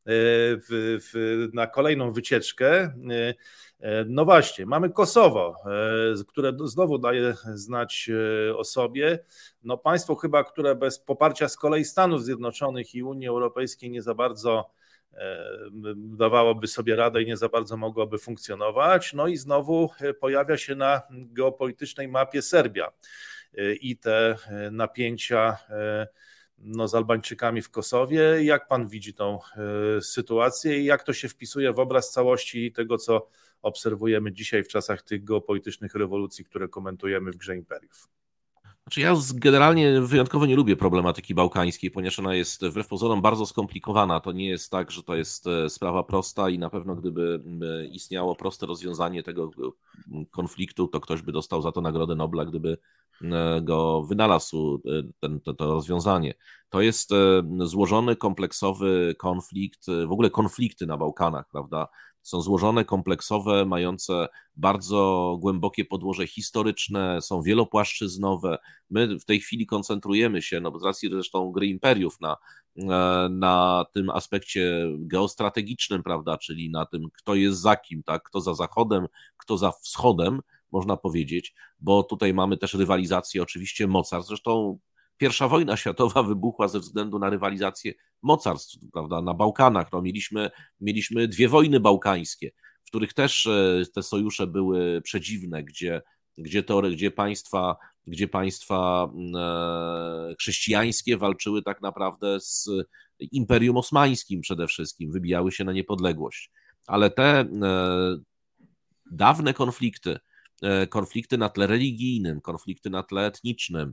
na kolejną wycieczkę. Właśnie, mamy Kosowo, które znowu daje znać o sobie. Państwo chyba, które bez poparcia z kolei Stanów Zjednoczonych i Unii Europejskiej nie za bardzo dawałoby sobie radę i nie za bardzo mogłoby funkcjonować. I znowu pojawia się na geopolitycznej mapie Serbia i te napięcia z Albańczykami w Kosowie. Jak pan widzi tą sytuację i jak to się wpisuje w obraz całości tego, co obserwujemy dzisiaj w czasach tych geopolitycznych rewolucji, które komentujemy w Grze Imperiów? Znaczy ja generalnie wyjątkowo nie lubię problematyki bałkańskiej, ponieważ ona jest wbrew pozorom bardzo skomplikowana. To nie jest tak, że to jest sprawa prosta i na pewno gdyby istniało proste rozwiązanie tego konfliktu, to ktoś by dostał za to Nagrodę Nobla, gdyby go wynalazł to rozwiązanie. To jest złożony, kompleksowy konflikt, w ogóle konflikty na Bałkanach, prawda? Są złożone, kompleksowe, mające bardzo głębokie podłoże historyczne, są wielopłaszczyznowe. My w tej chwili koncentrujemy się, no bo z racji zresztą gry imperiów, na tym aspekcie geostrategicznym, prawda, czyli na tym, kto jest za kim, tak, kto za Zachodem, kto za Wschodem, można powiedzieć, bo tutaj mamy też rywalizację oczywiście mocarstw. Zresztą pierwsza wojna światowa wybuchła ze względu na rywalizację mocarstw, prawda, na Bałkanach. No, mieliśmy dwie wojny bałkańskie, w których też te sojusze były przedziwne, gdzie państwa chrześcijańskie walczyły tak naprawdę z Imperium Osmańskim przede wszystkim, wybijały się na niepodległość. Ale te dawne konflikty na tle religijnym, konflikty na tle etnicznym,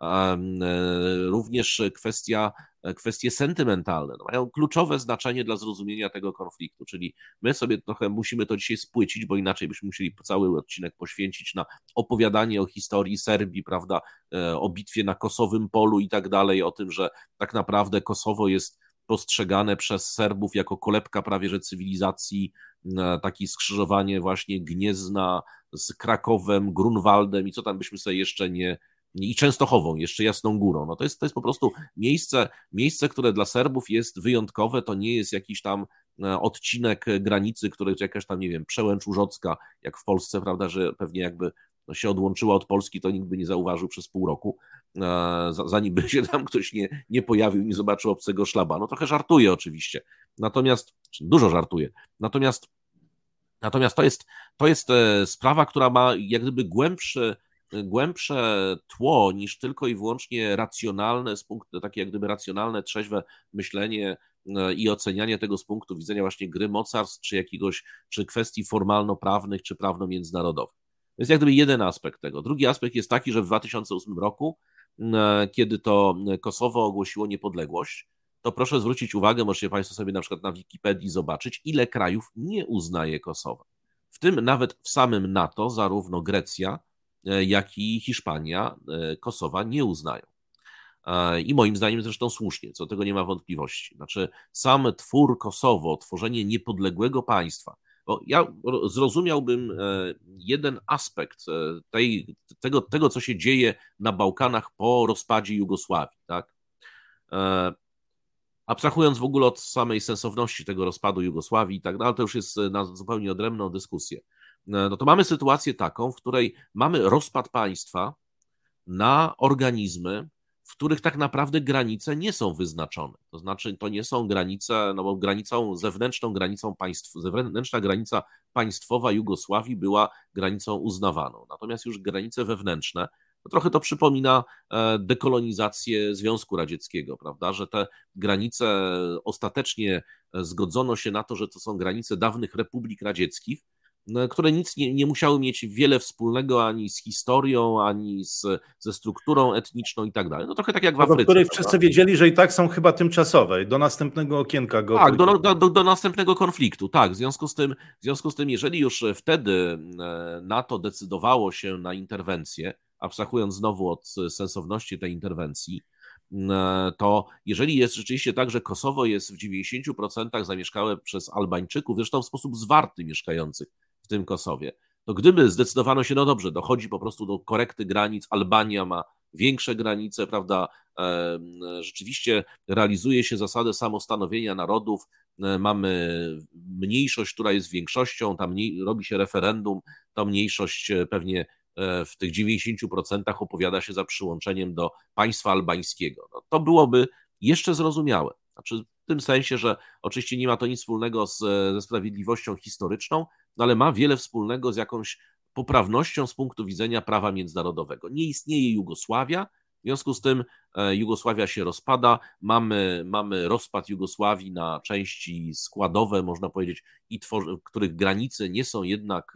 również kwestie sentymentalne mają kluczowe znaczenie dla zrozumienia tego konfliktu, czyli my sobie trochę musimy to dzisiaj spłycić, bo inaczej byśmy musieli cały odcinek poświęcić na opowiadanie o historii Serbii, prawda, o bitwie na Kosowym Polu i tak dalej, o tym, że tak naprawdę Kosowo jest postrzegane przez Serbów jako kolebka prawie że cywilizacji, takie skrzyżowanie właśnie Gniezna z Krakowem, Grunwaldem i co tam byśmy sobie jeszcze nie, i Częstochową, jeszcze Jasną Górą. No to jest po prostu miejsce, które dla Serbów jest wyjątkowe, to nie jest jakiś tam odcinek granicy, który jakaś tam, nie wiem, Przełęcz Urzocka, jak w Polsce, prawda, że pewnie jakby się odłączyła od Polski, to nikt by nie zauważył przez pół roku, zanim by się tam ktoś nie pojawił, nie zobaczył obcego szlaba. No trochę żartuję oczywiście, natomiast, dużo żartuję, natomiast to jest sprawa, która ma jak gdyby głębsze tło niż tylko i wyłącznie racjonalne, takie jak gdyby racjonalne, trzeźwe myślenie i ocenianie tego z punktu widzenia właśnie gry mocarstw, czy kwestii formalno-prawnych, czy prawno-międzynarodowych. To jest jak gdyby jeden aspekt tego. Drugi aspekt jest taki, że w 2008 roku, kiedy to Kosowo ogłosiło niepodległość, to proszę zwrócić uwagę, możecie Państwo sobie na przykład na Wikipedii zobaczyć, ile krajów nie uznaje Kosowa. W tym nawet w samym NATO zarówno Grecja, jak i Hiszpania Kosowa nie uznają. I moim zdaniem zresztą słusznie, co do tego nie ma wątpliwości. Znaczy sam twór Kosowo, tworzenie niepodległego państwa, bo ja zrozumiałbym jeden aspekt tego, co się dzieje na Bałkanach po rozpadzie Jugosławii, tak? Abstrahując w ogóle od samej sensowności tego rozpadu Jugosławii i tak dalej, to już jest na zupełnie odrębną dyskusję. No to mamy sytuację taką, w której mamy rozpad państwa na organizmy, w których tak naprawdę granice nie są wyznaczone. To znaczy, to nie są granice, no bo zewnętrzna granica państwowa Jugosławii była granicą uznawaną. Natomiast już granice wewnętrzne, no trochę to przypomina dekolonizację Związku Radzieckiego, prawda, że te granice ostatecznie zgodzono się na to, że to są granice dawnych republik radzieckich, które nic nie musiały mieć wiele wspólnego ani z historią, ani ze strukturą etniczną i tak dalej. No trochę tak jak w Afryce. Do których wszyscy wiedzieli, że i tak są chyba tymczasowe, do następnego okienka. Tak, do następnego konfliktu, tak. W związku z tym, jeżeli już wtedy NATO decydowało się na interwencję, abstrahując znowu od sensowności tej interwencji, to jeżeli jest rzeczywiście tak, że Kosowo jest w 90% zamieszkałe przez Albańczyków, zresztą w sposób zwarty mieszkających w tym Kosowie, to gdyby zdecydowano się, no dobrze, dochodzi po prostu do korekty granic, Albania ma większe granice, prawda, rzeczywiście realizuje się zasadę samostanowienia narodów, mamy mniejszość, która jest większością, tam robi się referendum, ta mniejszość pewnie w tych 90% opowiada się za przyłączeniem do państwa albańskiego. No, to byłoby jeszcze zrozumiałe. Znaczy w tym sensie, że oczywiście nie ma to nic wspólnego ze sprawiedliwością historyczną, no ale ma wiele wspólnego z jakąś poprawnością z punktu widzenia prawa międzynarodowego. Nie istnieje Jugosławia, w związku z tym Jugosławia się rozpada, mamy rozpad Jugosławii na części składowe, można powiedzieć, których granice nie są jednak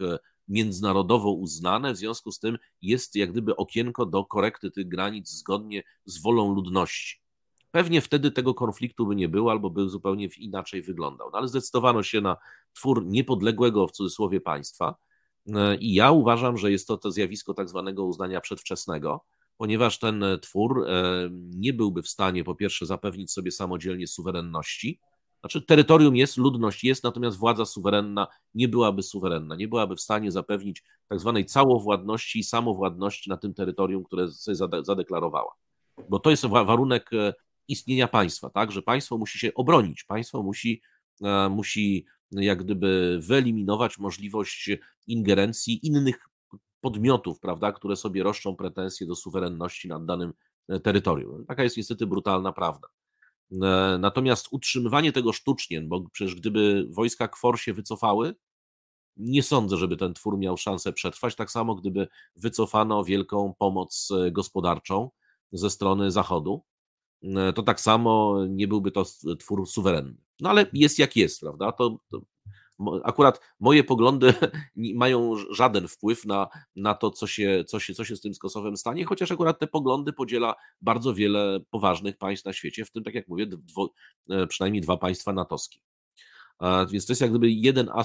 międzynarodowo uznane, w związku z tym jest jak gdyby okienko do korekty tych granic zgodnie z wolą ludności. Pewnie wtedy tego konfliktu by nie było, albo by zupełnie inaczej wyglądał. No ale zdecydowano się na twór niepodległego w cudzysłowie państwa i ja uważam, że jest to zjawisko tak zwanego uznania przedwczesnego, ponieważ ten twór nie byłby w stanie po pierwsze zapewnić sobie samodzielnie suwerenności, znaczy terytorium jest, ludność jest, natomiast władza suwerenna nie byłaby suwerenna, nie byłaby w stanie zapewnić tak zwanej całowładności i samowładności na tym terytorium, które sobie zadeklarowała. Bo to jest warunek istnienia państwa, tak, że państwo musi się obronić, państwo musi jak gdyby wyeliminować możliwość ingerencji innych podmiotów, prawda, które sobie roszczą pretensje do suwerenności nad danym terytorium. Taka jest niestety brutalna prawda. Natomiast utrzymywanie tego sztucznie, bo przecież gdyby wojska KFOR się wycofały, nie sądzę, żeby ten twór miał szansę przetrwać. Tak samo, gdyby wycofano wielką pomoc gospodarczą ze strony Zachodu, to tak samo nie byłby to twór suwerenny. No ale jest jak jest, prawda? To akurat moje poglądy nie mają żaden wpływ na to, co się z tym z Kosowem stanie, chociaż akurat te poglądy podziela bardzo wiele poważnych państw na świecie, w tym, tak jak mówię, przynajmniej 2 państwa natowskie. Więc to jest jak gdyby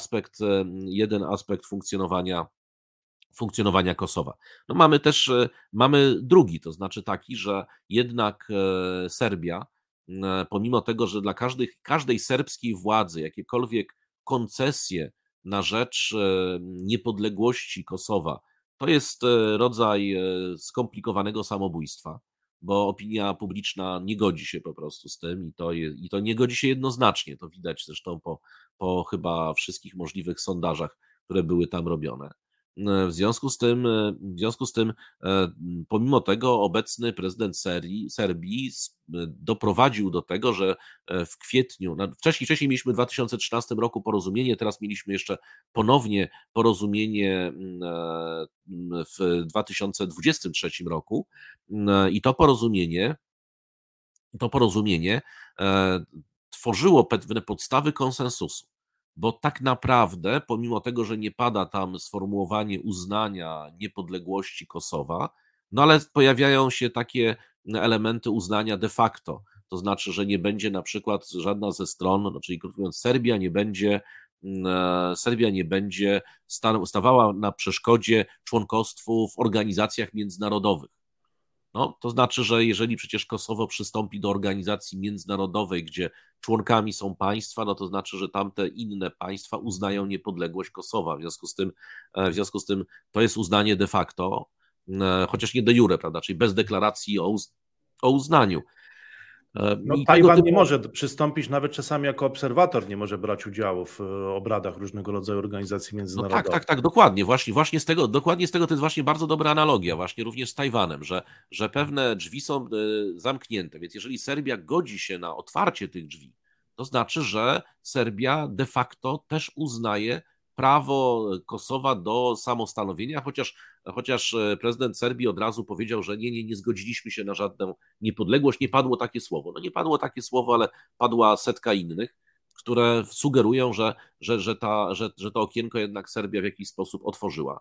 jeden aspekt funkcjonowania Kosowa. No mamy drugi, to znaczy taki, że jednak Serbia, pomimo tego, że dla każdej serbskiej władzy jakiekolwiek koncesje na rzecz niepodległości Kosowa, to jest rodzaj skomplikowanego samobójstwa, bo opinia publiczna nie godzi się po prostu z tym i to nie godzi się jednoznacznie. To widać zresztą po chyba wszystkich możliwych sondażach, które były tam robione. W związku z tym, pomimo tego obecny prezydent Serbii doprowadził do tego, że w kwietniu, wcześniej mieliśmy w 2013 roku porozumienie, teraz mieliśmy jeszcze ponownie porozumienie w 2023 roku i to porozumienie tworzyło pewne podstawy konsensusu. Bo tak naprawdę, pomimo tego, że nie pada tam sformułowanie uznania niepodległości Kosowa, no ale pojawiają się takie elementy uznania de facto. To znaczy, że nie będzie na przykład żadna ze stron, no, czyli krótko mówiąc, Serbia nie będzie stawała na przeszkodzie członkostwu w organizacjach międzynarodowych. No, to znaczy, że jeżeli przecież Kosowo przystąpi do organizacji międzynarodowej, gdzie członkami są państwa, no to znaczy, że tamte inne państwa uznają niepodległość Kosowa. W związku z tym to jest uznanie de facto, chociaż nie de jure, prawda, czyli bez deklaracji o uznaniu. No, Tajwan nie może przystąpić, nawet czasami jako obserwator nie może brać udziału w obradach różnego rodzaju organizacji międzynarodowych. No tak, dokładnie. Dokładnie z tego to jest właśnie bardzo dobra analogia, właśnie również z Tajwanem, że pewne drzwi są zamknięte, więc jeżeli Serbia godzi się na otwarcie tych drzwi, to znaczy, że Serbia de facto też uznaje prawo Kosowa do samostanowienia, chociaż prezydent Serbii od razu powiedział, że nie zgodziliśmy się na żadną niepodległość, nie padło takie słowo. No nie padło takie słowo, ale padła setka innych, które sugerują, że to okienko jednak Serbia w jakiś sposób otworzyła.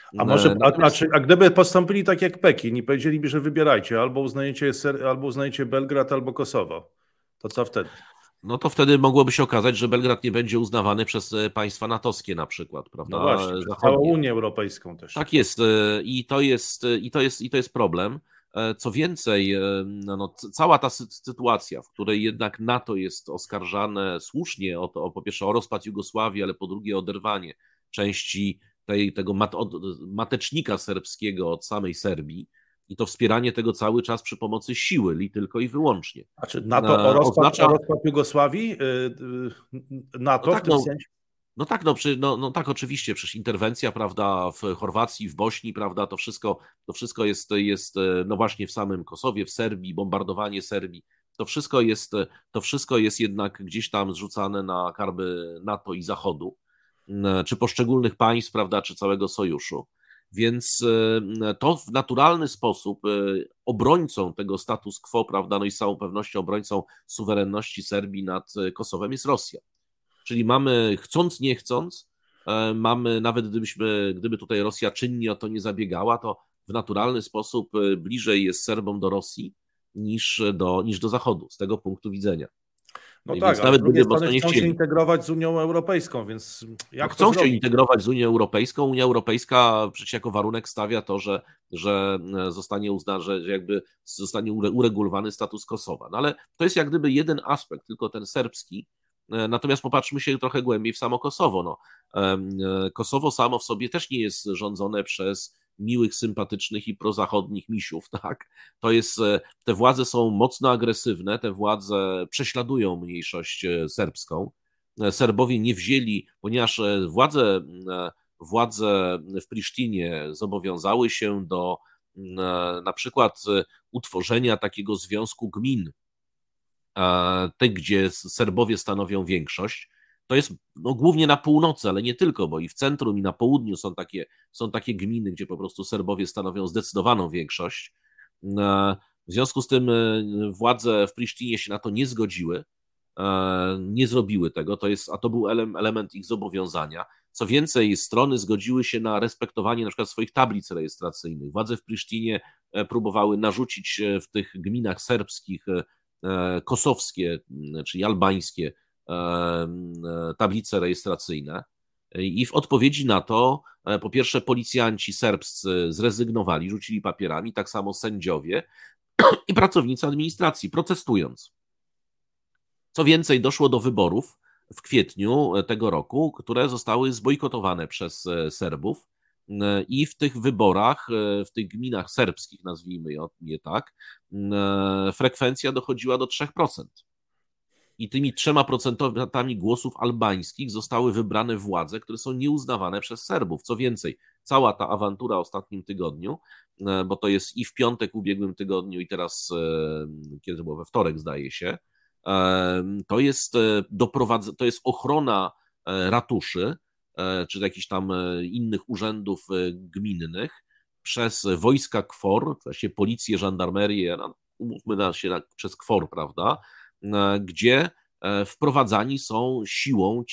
A gdyby postąpili tak jak Pekin i powiedzieliby, że wybierajcie, albo uznajecie Belgrad, albo Kosowo, to co wtedy? No to wtedy mogłoby się okazać, że Belgrad nie będzie uznawany przez państwa natowskie na przykład, prawda? No właśnie, przez całą Unię Europejską też. Tak jest i to jest problem. Co więcej, cała ta sytuacja, w której jednak NATO jest oskarżane słusznie po pierwsze o rozpad Jugosławii, ale po drugie o oderwanie części tego matecznika serbskiego od samej Serbii i to wspieranie tego cały czas przy pomocy siły, tylko i wyłącznie. A czy NATO o rozpad Jugosławii? NATO w tym sensie? No tak, oczywiście, przecież interwencja, prawda, w Chorwacji, w Bośni, prawda, to wszystko jest no właśnie w samym Kosowie, w Serbii, bombardowanie Serbii, to wszystko jest jednak gdzieś tam zrzucane na karby NATO i Zachodu, czy poszczególnych państw, prawda, czy całego sojuszu. Więc to w naturalny sposób obrońcą tego status quo, prawda, no i z całą pewnością obrońcą suwerenności Serbii nad Kosowem jest Rosja. Czyli mamy, chcąc nie chcąc, mamy, nawet gdyby tutaj Rosja czynnie o to nie zabiegała, to w naturalny sposób bliżej jest Serbom do Rosji niż do Zachodu, z tego punktu widzenia. No tak, Więc ale z nawet drugiej gdyby strony mocno nie chcą się chcieli. integrować z Unią Europejską, więc No, jak to chcą się zrobić? integrować z Unią Europejską. Unia Europejska przecież jako warunek stawia to, że zostanie uznane, że jakby zostanie uregulowany status Kosowa. No ale to jest jak gdyby jeden aspekt, tylko ten serbski. Natomiast popatrzmy się trochę głębiej w samo Kosowo. No, Kosowo samo w sobie też nie jest rządzone przez miłych, sympatycznych i prozachodnich misiów, tak? Te władze są mocno agresywne, te władze prześladują mniejszość serbską. Serbowie nie wzięli, ponieważ władze w Prisztinie zobowiązały się do na przykład utworzenia takiego związku gmin, tych, gdzie Serbowie stanowią większość. To jest no, głównie na północy, ale nie tylko, bo i w centrum, i na południu są takie gminy, gdzie po prostu Serbowie stanowią zdecydowaną większość. W związku z tym władze w Prisztinie się na to nie zgodziły, nie zrobiły tego, a to był element ich zobowiązania. Co więcej, strony zgodziły się na respektowanie na przykład swoich tablic rejestracyjnych. Władze w Prisztinie próbowały narzucić w tych gminach serbskich kosowskie, czyli albańskie tablice rejestracyjne. I w odpowiedzi na to, po pierwsze, policjanci serbscy zrezygnowali, rzucili papierami, tak samo sędziowie i pracownicy administracji, protestując. Co więcej, doszło do wyborów w kwietniu tego roku, które zostały zbojkotowane przez Serbów. I w tych wyborach, w tych gminach serbskich, nazwijmy je tak, frekwencja dochodziła do 3%. I tymi 3% głosów albańskich zostały wybrane władze, które są nieuznawane przez Serbów. Co więcej, cała ta awantura w ostatnim tygodniu, bo to jest i w piątek w ubiegłym tygodniu, i teraz, kiedy to było, we wtorek zdaje się, to jest ochrona ratuszy, czy jakichś tam innych urzędów gminnych przez wojska KFOR, właśnie policję, żandarmerię, umówmy się przez KFOR, prawda, gdzie wprowadzani są siłą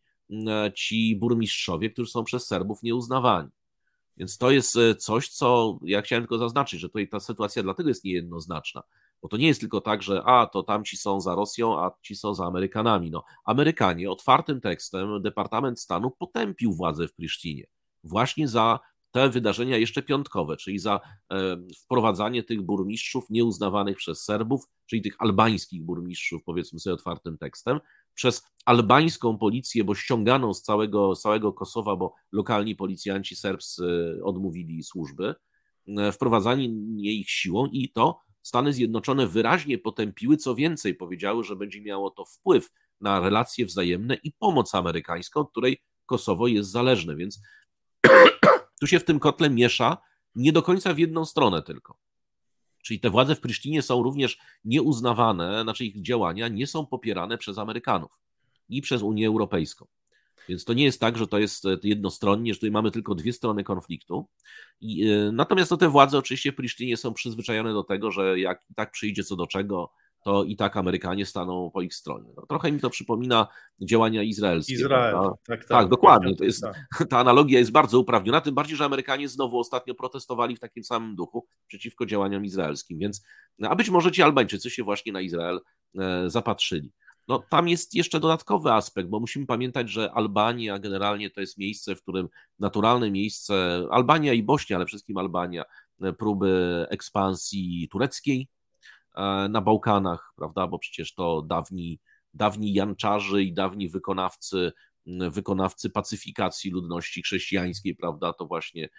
ci burmistrzowie, którzy są przez Serbów nieuznawani. Więc to jest coś, co ja chciałem tylko zaznaczyć, że tutaj ta sytuacja dlatego jest niejednoznaczna, bo to nie jest tylko tak, że to tamci są za Rosją, a ci są za Amerykanami. No, Amerykanie otwartym tekstem, Departament Stanu potępił władzę w Prisztinie właśnie za te wydarzenia jeszcze piątkowe, czyli za wprowadzanie tych burmistrzów nieuznawanych przez Serbów, czyli tych albańskich burmistrzów, powiedzmy sobie otwartym tekstem, przez albańską policję, bo ściąganą z całego Kosowa, bo lokalni policjanci serbscy odmówili służby, wprowadzanie ich siłą i to Stany Zjednoczone wyraźnie potępiły, co więcej powiedziały, że będzie miało to wpływ na relacje wzajemne i pomoc amerykańską, od której Kosowo jest zależne, więc tu się w tym kotle miesza nie do końca w jedną stronę tylko. Czyli te władze w Prysztinie są również nieuznawane, znaczy ich działania nie są popierane przez Amerykanów i przez Unię Europejską. Więc to nie jest tak, że to jest jednostronnie, że tutaj mamy tylko dwie strony konfliktu. Natomiast te władze oczywiście w Prysztinie są przyzwyczajone do tego, że jak i tak przyjdzie co do czego, to i tak Amerykanie staną po ich stronie. No, trochę mi to przypomina działania izraelskie. Izrael, tak, dokładnie. Tak. Ta analogia jest bardzo uprawniona, tym bardziej, że Amerykanie znowu ostatnio protestowali w takim samym duchu przeciwko działaniom izraelskim. Więc, a być może ci Albańczycy się właśnie na Izrael zapatrzyli. No, tam jest jeszcze dodatkowy aspekt, bo musimy pamiętać, że Albania generalnie to jest miejsce, w którym naturalne miejsce, Albania i Bośnia, ale przede wszystkim Albania, próby ekspansji tureckiej na Bałkanach, prawda, bo przecież to dawni janczarzy i dawni wykonawcy pacyfikacji ludności chrześcijańskiej, prawda, to właśnie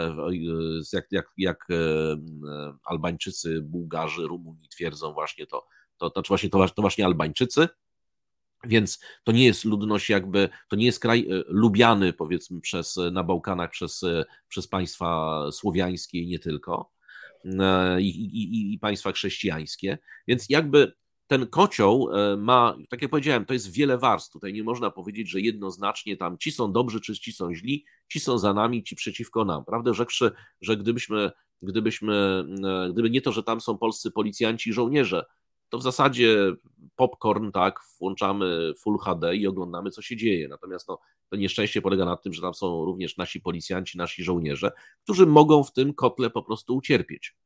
jak Albańczycy, Bułgarzy, Rumuni twierdzą właśnie to właśnie Albańczycy, więc to nie jest ludność to nie jest kraj lubiany powiedzmy na Bałkanach przez państwa słowiańskie i nie tylko i państwa chrześcijańskie, więc jakby ten kocioł ma, tak jak powiedziałem, to jest wiele warstw. Tutaj nie można powiedzieć, że jednoznacznie tam ci są dobrzy, czy ci są źli, ci są za nami, ci przeciwko nam. Prawdę rzekłszy, że gdyby nie to, że tam są polscy policjanci i żołnierze, to w zasadzie popcorn, tak, włączamy Full HD i oglądamy, co się dzieje. Natomiast no, to nieszczęście polega na tym, że tam są również nasi policjanci, nasi żołnierze, którzy mogą w tym kotle po prostu ucierpieć.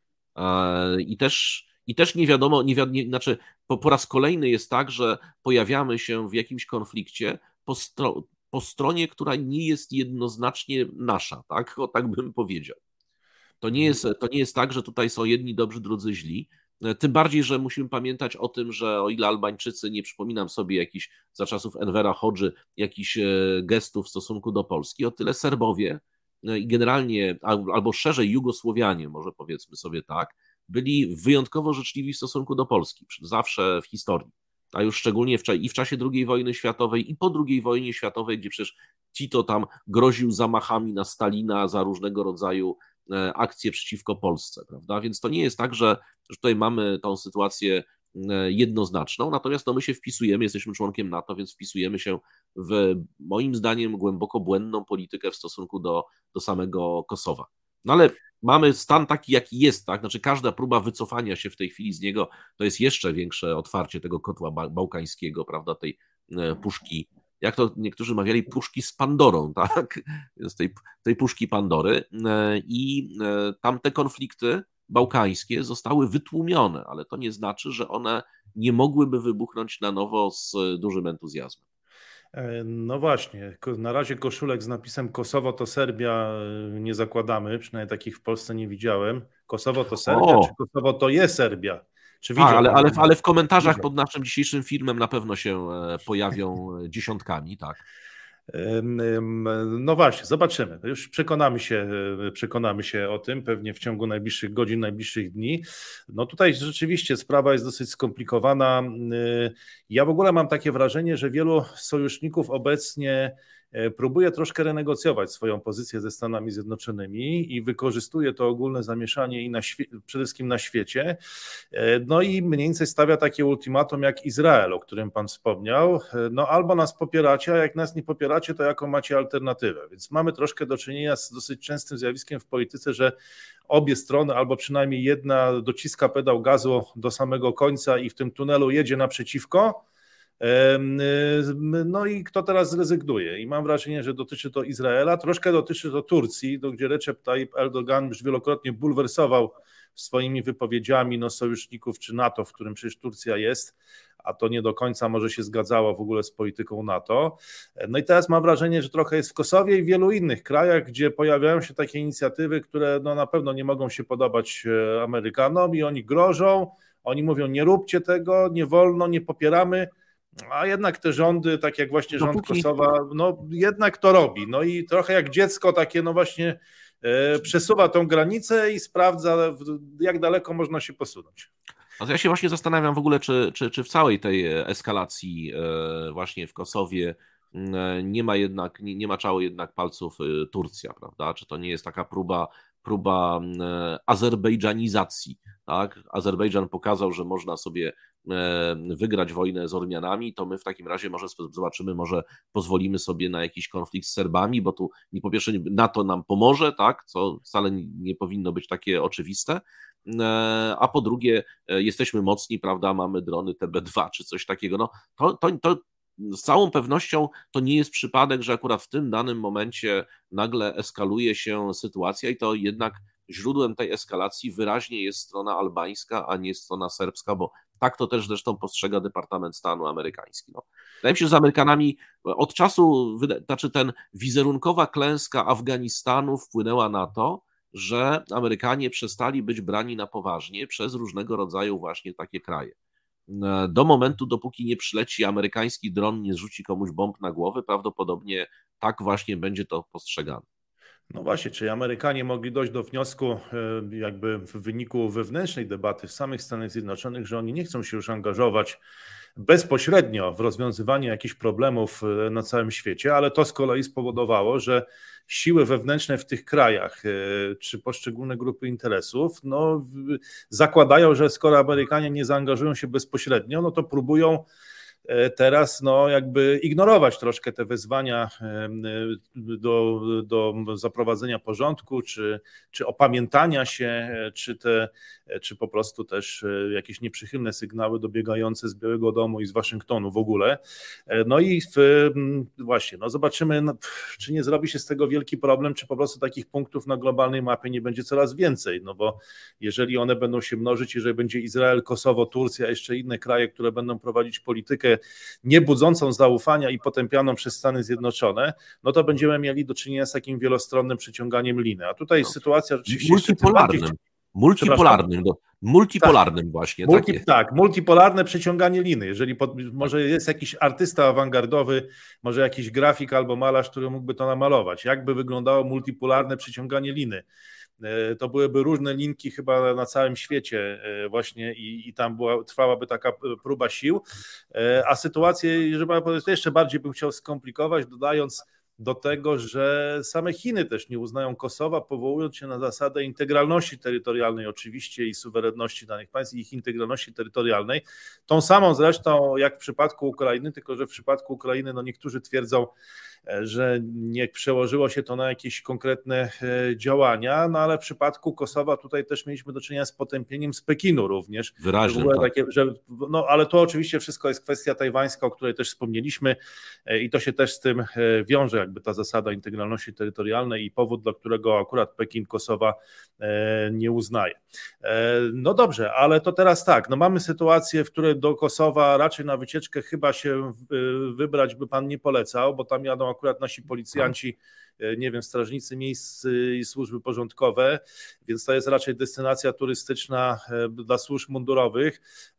I też nie wiadomo, znaczy po raz kolejny jest tak, że pojawiamy się w jakimś konflikcie po stronie, która nie jest jednoznacznie nasza, tak? O, tak bym powiedział. To nie jest tak, że tutaj są jedni dobrzy, drudzy źli. Tym bardziej, że musimy pamiętać o tym, że o ile Albańczycy, nie przypominam sobie jakichś za czasów Envera Hodży, jakichś gestów w stosunku do Polski, o tyle Serbowie i generalnie, albo szerzej Jugosłowianie, może powiedzmy sobie tak, byli wyjątkowo życzliwi w stosunku do Polski, zawsze w historii. A już szczególnie i w czasie II wojny światowej, i po II wojnie światowej, gdzie przecież Tito tam groził zamachami na Stalina za różnego rodzaju akcje przeciwko Polsce, prawda? Więc to nie jest tak, że tutaj mamy tą sytuację jednoznaczną, natomiast no, my się wpisujemy, jesteśmy członkiem NATO, więc wpisujemy się w, moim zdaniem, głęboko błędną politykę w stosunku do samego Kosowa. No ale mamy stan taki, jaki jest, tak? Znaczy każda próba wycofania się w tej chwili z niego to jest jeszcze większe otwarcie tego kotła bałkańskiego, prawda, tej puszki, jak to niektórzy mawiali, puszki z Pandorą, tak? Z tej puszki Pandory i tamte konflikty bałkańskie zostały wytłumione, ale to nie znaczy, że one nie mogłyby wybuchnąć na nowo z dużym entuzjazmem. No właśnie, na razie koszulek z napisem Kosowo to Serbia nie zakładamy, przynajmniej takich w Polsce nie widziałem. Kosowo to Serbia, czy Kosowo to jest Serbia? Czy widział ale w komentarzach pod naszym dzisiejszym filmem na pewno się pojawią dziesiątkami, tak. No właśnie, zobaczymy. Już przekonamy się o tym pewnie w ciągu najbliższych godzin, najbliższych dni. No tutaj rzeczywiście sprawa jest dosyć skomplikowana. Ja w ogóle mam takie wrażenie, że wielu sojuszników obecnie próbuje troszkę renegocjować swoją pozycję ze Stanami Zjednoczonymi i wykorzystuje to ogólne zamieszanie i przede wszystkim na świecie. No i mniej więcej stawia takie ultimatum jak Izrael, o którym pan wspomniał. No albo nas popieracie, a jak nas nie popieracie, to jaką macie alternatywę? Więc mamy troszkę do czynienia z dosyć częstym zjawiskiem w polityce, że obie strony, albo przynajmniej jedna dociska pedał gazu do samego końca i w tym tunelu jedzie naprzeciwko. No i kto teraz zrezygnuje? I mam wrażenie, że dotyczy to Izraela, troszkę dotyczy to Turcji, gdzie Recep Tayyip Erdogan już wielokrotnie bulwersował swoimi wypowiedziami sojuszników czy NATO, w którym przecież Turcja jest, a to nie do końca może się zgadzało w ogóle z polityką NATO. No i teraz mam wrażenie, że trochę jest w Kosowie i w wielu innych krajach, gdzie pojawiają się takie inicjatywy, które na pewno nie mogą się podobać Amerykanom i oni grożą, oni mówią nie róbcie tego, nie wolno, nie popieramy, a jednak te rządy, tak jak właśnie rząd Kosowa, jednak to robi. No i trochę jak dziecko takie właśnie przesuwa tą granicę i sprawdza, jak daleko można się posunąć. No to ja się właśnie zastanawiam w ogóle, czy w całej tej eskalacji właśnie w Kosowie nie maczało jednak palców Turcja, prawda? Czy to nie jest taka próba azerbejdżanizacji, tak? Azerbejdżan pokazał, że można sobie wygrać wojnę z Ormianami, to my w takim razie może zobaczymy, może pozwolimy sobie na jakiś konflikt z Serbami, bo tu po pierwsze NATO nam pomoże, tak? Co wcale nie powinno być takie oczywiste, a po drugie jesteśmy mocni, prawda, mamy drony TB2 czy coś takiego, no to z całą pewnością to nie jest przypadek, że akurat w tym danym momencie nagle eskaluje się sytuacja i to jednak źródłem tej eskalacji wyraźnie jest strona albańska, a nie strona serbska, bo tak to też zresztą postrzega Departament Stanu amerykański. No. Wydaje mi się, że z Amerykanami od czasu, znaczy ten wizerunkowa klęska Afganistanu wpłynęła na to, że Amerykanie przestali być brani na poważnie przez różnego rodzaju właśnie takie kraje. Do momentu, dopóki nie przyleci amerykański dron, nie zrzuci komuś bomb na głowę, prawdopodobnie tak właśnie będzie to postrzegane. No właśnie, czyli Amerykanie mogli dojść do wniosku jakby w wyniku wewnętrznej debaty w samych Stanach Zjednoczonych, że oni nie chcą się już angażować bezpośrednio w rozwiązywanie jakichś problemów na całym świecie, ale to z kolei spowodowało, że siły wewnętrzne w tych krajach czy poszczególne grupy interesów zakładają, że skoro Amerykanie nie zaangażują się bezpośrednio, no to próbują teraz jakby ignorować troszkę te wezwania do zaprowadzenia porządku, czy opamiętania się, czy po prostu też jakieś nieprzychylne sygnały dobiegające z Białego Domu i z Waszyngtonu w ogóle. No i właśnie, zobaczymy, czy nie zrobi się z tego wielki problem, czy po prostu takich punktów na globalnej mapie nie będzie coraz więcej, bo jeżeli one będą się mnożyć, jeżeli będzie Izrael, Kosowo, Turcja, jeszcze inne kraje, które będą prowadzić politykę niebudzącą zaufania i potępianą przez Stany Zjednoczone, to będziemy mieli do czynienia z takim wielostronnym przeciąganiem liny. A tutaj sytuacja rzeczywiście multipolarnym właśnie. Tak, multipolarne przeciąganie liny. Jeżeli może jest jakiś artysta awangardowy, może jakiś grafik albo malarz, który mógłby to namalować. Jakby wyglądało multipolarne przeciąganie liny? To byłyby różne linki chyba na całym świecie właśnie i tam trwałaby taka próba sił, a sytuację, żeby jeszcze bardziej bym chciał skomplikować, dodając do tego, że same Chiny też nie uznają Kosowa, powołując się na zasadę integralności terytorialnej oczywiście i suwerenności danych państw i ich integralności terytorialnej. Tą samą zresztą jak w przypadku Ukrainy, tylko że w przypadku Ukrainy niektórzy twierdzą, że nie przełożyło się to na jakieś konkretne działania, ale w przypadku Kosowa tutaj też mieliśmy do czynienia z potępieniem z Pekinu również. Wyraźnie. Ale to oczywiście wszystko jest kwestia tajwańska, o której też wspomnieliśmy i to się też z tym wiąże, jakby ta zasada integralności terytorialnej i powód, dla którego akurat Pekin Kosowa nie uznaje. No dobrze, ale to teraz tak, mamy sytuację, w której do Kosowa raczej na wycieczkę chyba się wybrać by pan nie polecał, bo tam jadą akurat nasi policjanci, nie wiem, strażnicy miejsc i służby porządkowe, więc to jest raczej destynacja turystyczna dla służb mundurowych.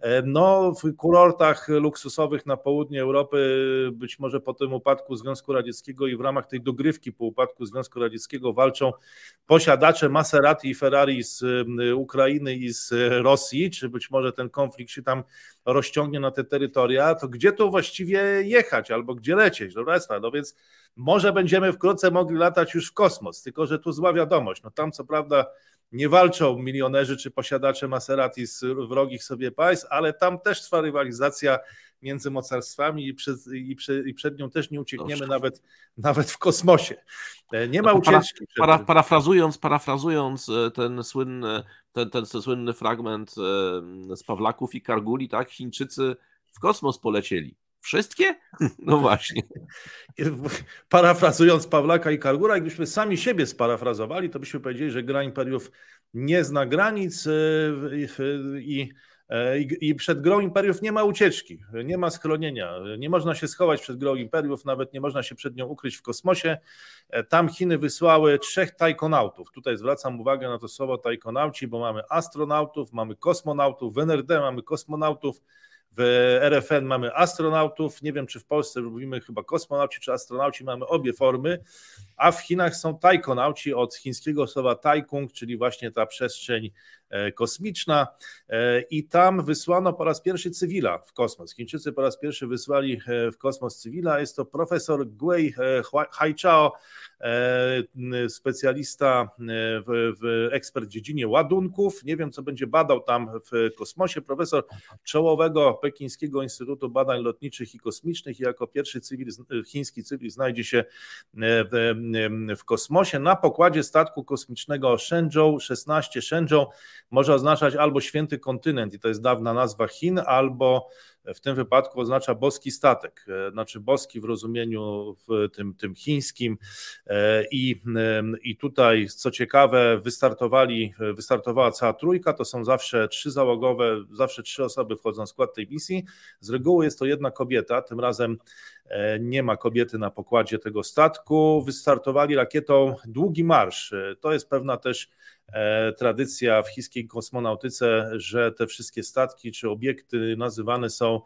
W kurortach luksusowych na południe Europy, być może po tym upadku Związku Radzieckiego i w ramach tej dogrywki po upadku Związku Radzieckiego walczą posiadacze Maserati i Ferrari z Ukrainy i z Rosji, czy być może ten konflikt się tam rozciągnie na te terytoria, to gdzie tu właściwie jechać albo gdzie lecieć? Więc może będziemy wkrótce mogli latać już w kosmos, tylko że tu zła wiadomość. Tam co prawda nie walczą milionerzy czy posiadacze Maserati z wrogich sobie państw, ale tam też trwa rywalizacja między mocarstwami i przed nią też nie uciekniemy nawet w kosmosie. Nie ma ucieczki. Parafrazując ten słynny fragment z Pawlaków i Karguli, tak? Chińczycy w kosmos polecieli. Wszystkie? No właśnie. Parafrazując Pawlaka i Kargula, jakbyśmy sami siebie sparafrazowali, to byśmy powiedzieli, że gra imperiów nie zna granic i przed grą imperiów nie ma ucieczki, nie ma schronienia, nie można się schować przed grą imperiów, nawet nie można się przed nią ukryć w kosmosie. Tam Chiny wysłały 3 tajkonautów. Tutaj zwracam uwagę na to słowo tajkonauci, bo mamy astronautów, mamy kosmonautów, w NRD mamy kosmonautów, w RFN mamy astronautów, nie wiem czy w Polsce mówimy chyba kosmonauci czy astronauci, mamy obie formy, a w Chinach są tajkonauci od chińskiego słowa tajkung, czyli właśnie ta przestrzeń kosmiczna i tam wysłano po raz pierwszy cywila w kosmos. Chińczycy po raz pierwszy wysłali w kosmos cywila, jest to profesor Guo Haichao, specjalista, ekspert w dziedzinie ładunków, nie wiem co będzie badał tam w kosmosie, profesor czołowego Pekińskiego Instytutu Badań Lotniczych i Kosmicznych i jako pierwszy chiński cywil znajdzie się w kosmosie na pokładzie statku kosmicznego Shenzhou 16. Shenzhou może oznaczać albo święty kontynent i to jest dawna nazwa Chin, albo w tym wypadku oznacza boski statek, znaczy boski w rozumieniu tym chińskim i tutaj co ciekawe wystartowała cała trójka, to są zawsze 3 załogowe, zawsze 3 osoby wchodzą w skład tej misji, z reguły jest to jedna kobieta, tym razem nie ma kobiety na pokładzie tego statku, wystartowali rakietą Długi Marsz, to jest pewna też tradycja w chińskiej kosmonautyce, że te wszystkie statki czy obiekty nazywane są,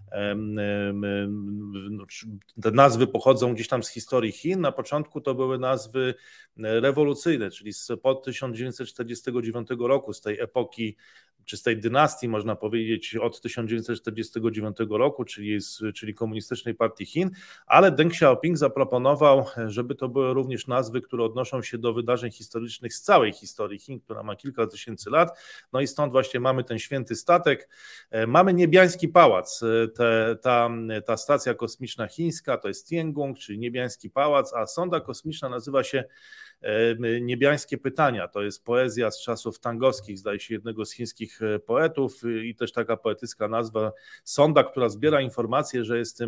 te nazwy pochodzą gdzieś tam z historii Chin, na początku to były nazwy rewolucyjne, czyli po 1949 roku, z tej epoki czy z tej dynastii, można powiedzieć, od 1949 roku, czyli Komunistycznej Partii Chin, ale Deng Xiaoping zaproponował, żeby to były również nazwy, które odnoszą się do wydarzeń historycznych z całej historii Chin, która ma kilka tysięcy lat, no i stąd właśnie mamy ten święty statek, mamy Niebiański Pałac, ta stacja kosmiczna chińska to jest Tiangong, czyli Niebiański Pałac, a sonda kosmiczna nazywa się Niebiańskie Pytania, to jest poezja z czasów tangowskich, zdaje się jednego z chińskich poetów i też taka poetycka nazwa, sonda, która zbiera informacje, że jest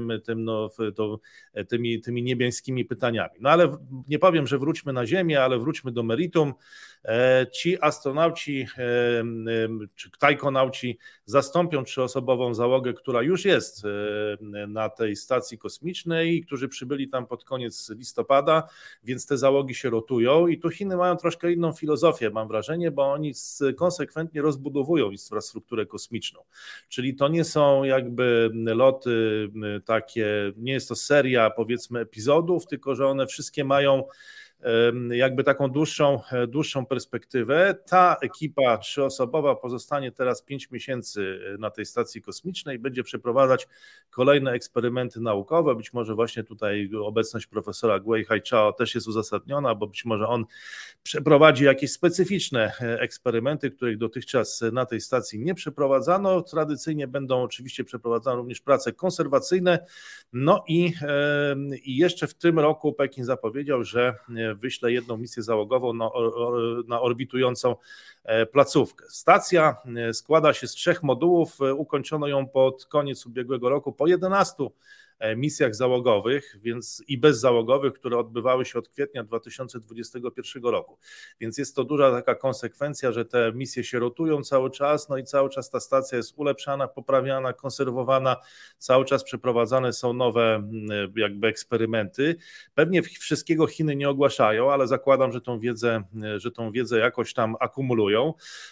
tymi niebiańskimi pytaniami. No ale nie powiem, że wróćmy na Ziemię, ale wróćmy do meritum. Ci astronauci czy tajkonauci zastąpią trzyosobową załogę, która już jest na tej stacji kosmicznej i którzy przybyli tam pod koniec listopada, więc te załogi się rotują i tu Chiny mają troszkę inną filozofię, mam wrażenie, bo oni konsekwentnie rozbudowują infrastrukturę kosmiczną, czyli to nie są jakby loty takie, nie jest to seria powiedzmy epizodów, tylko że one wszystkie mają jakby taką dłuższą perspektywę. Ta ekipa trzyosobowa pozostanie teraz 5 miesięcy na tej stacji kosmicznej, będzie przeprowadzać kolejne eksperymenty naukowe, być może właśnie tutaj obecność profesora Guo Haichao też jest uzasadniona, bo być może on przeprowadzi jakieś specyficzne eksperymenty, których dotychczas na tej stacji nie przeprowadzano. Tradycyjnie będą oczywiście przeprowadzane również prace konserwacyjne, no i jeszcze w tym roku Pekin zapowiedział, że wyśle jedną misję załogową na orbitującą placówkę. Stacja składa się z 3 modułów, ukończono ją pod koniec ubiegłego roku po 11 misjach załogowych, więc i bezzałogowych, które odbywały się od kwietnia 2021 roku. Więc jest to duża taka konsekwencja, że te misje się rotują cały czas, no i cały czas ta stacja jest ulepszana, poprawiana, konserwowana, cały czas przeprowadzane są nowe jakby eksperymenty. Pewnie wszystkiego Chiny nie ogłaszają, ale zakładam, że tą wiedzę jakoś tam akumulują.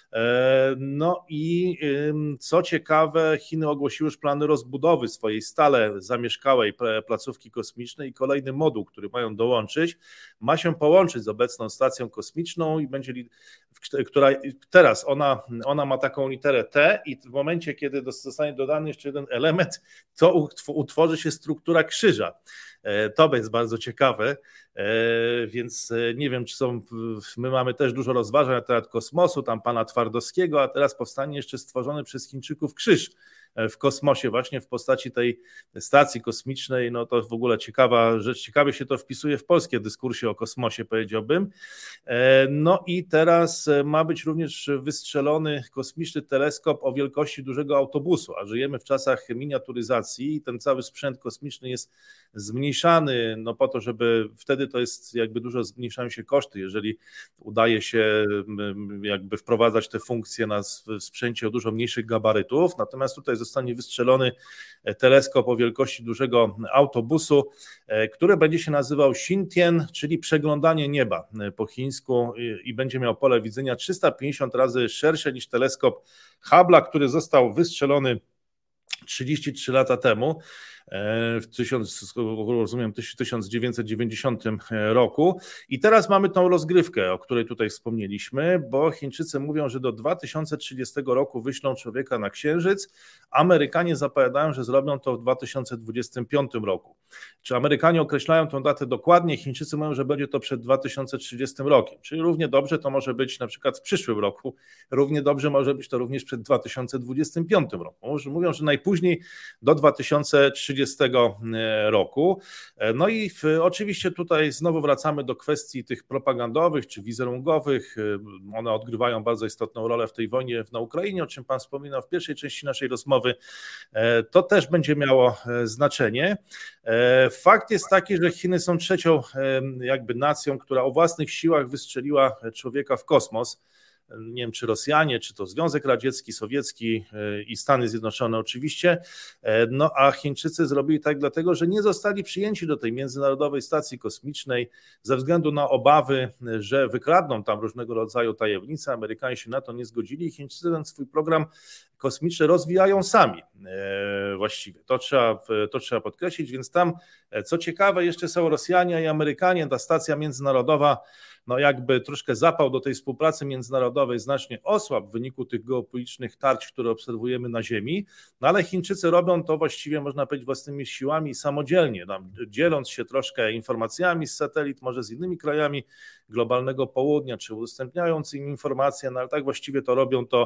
No i co ciekawe, Chiny ogłosiły już plany rozbudowy swojej stale zamieszkałej placówki kosmicznej i kolejny moduł, który mają dołączyć, ma się połączyć z obecną stacją kosmiczną i będzie, która teraz ona ma taką literę T i w momencie, kiedy zostanie dodany jeszcze jeden element, to utworzy się struktura krzyża. To jest bardzo ciekawe, więc nie wiem, my mamy też dużo rozważań na temat kosmosu, tam pana Twardowskiego, a teraz powstanie jeszcze stworzony przez Chińczyków krzyż w kosmosie właśnie w postaci tej stacji kosmicznej, no to w ogóle ciekawa rzecz, ciekawie się to wpisuje w polskie dyskursje o kosmosie, powiedziałbym. No i teraz ma być również wystrzelony kosmiczny teleskop o wielkości dużego autobusu, a żyjemy w czasach miniaturyzacji i ten cały sprzęt kosmiczny jest zmniejszany, no po to, żeby wtedy to jest jakby dużo zmniejszają się koszty, jeżeli udaje się jakby wprowadzać te funkcje na sprzęcie o dużo mniejszych gabarytów, natomiast tutaj zostanie wystrzelony teleskop o wielkości dużego autobusu, który będzie się nazywał Xintian, czyli przeglądanie nieba po chińsku i będzie miał pole widzenia 350 razy szersze niż teleskop Hubble'a, który został wystrzelony 33 lata temu. W 1990 roku i teraz mamy tą rozgrywkę, o której tutaj wspomnieliśmy, bo Chińczycy mówią, że do 2030 roku wyślą człowieka na Księżyc, Amerykanie zapowiadają, że zrobią to w 2025 roku. Czy Amerykanie określają tę datę dokładnie, Chińczycy mówią, że będzie to przed 2030 rokiem, czyli równie dobrze to może być na przykład w przyszłym roku, równie dobrze może być to również przed 2025 roku. Mówią, że najpóźniej do 2030 roku. No i oczywiście tutaj znowu wracamy do kwestii tych propagandowych czy wizerunkowych. One odgrywają bardzo istotną rolę w tej wojnie na Ukrainie, o czym pan wspominał w pierwszej części naszej rozmowy. To też będzie miało znaczenie. Fakt jest taki, że Chiny są trzecią jakby nacją, która o własnych siłach wystrzeliła człowieka w kosmos. Nie wiem, czy Rosjanie, czy to Związek Radziecki, Sowiecki i Stany Zjednoczone oczywiście, no a Chińczycy zrobili tak dlatego, że nie zostali przyjęci do tej Międzynarodowej Stacji Kosmicznej ze względu na obawy, że wykradną tam różnego rodzaju tajemnice. Amerykanie się na to nie zgodzili i Chińczycy ten swój program kosmiczne rozwijają sami właściwie. To trzeba podkreślić, więc tam, co ciekawe, jeszcze są Rosjanie i Amerykanie, ta stacja międzynarodowa, no jakby troszkę zapał do tej współpracy międzynarodowej znacznie osłabł w wyniku tych geopolitycznych tarć, które obserwujemy na Ziemi, no ale Chińczycy robią to właściwie, można powiedzieć, własnymi siłami samodzielnie, dzieląc się troszkę informacjami z satelit, może z innymi krajami globalnego południa, czy udostępniając im informacje, no ale tak właściwie to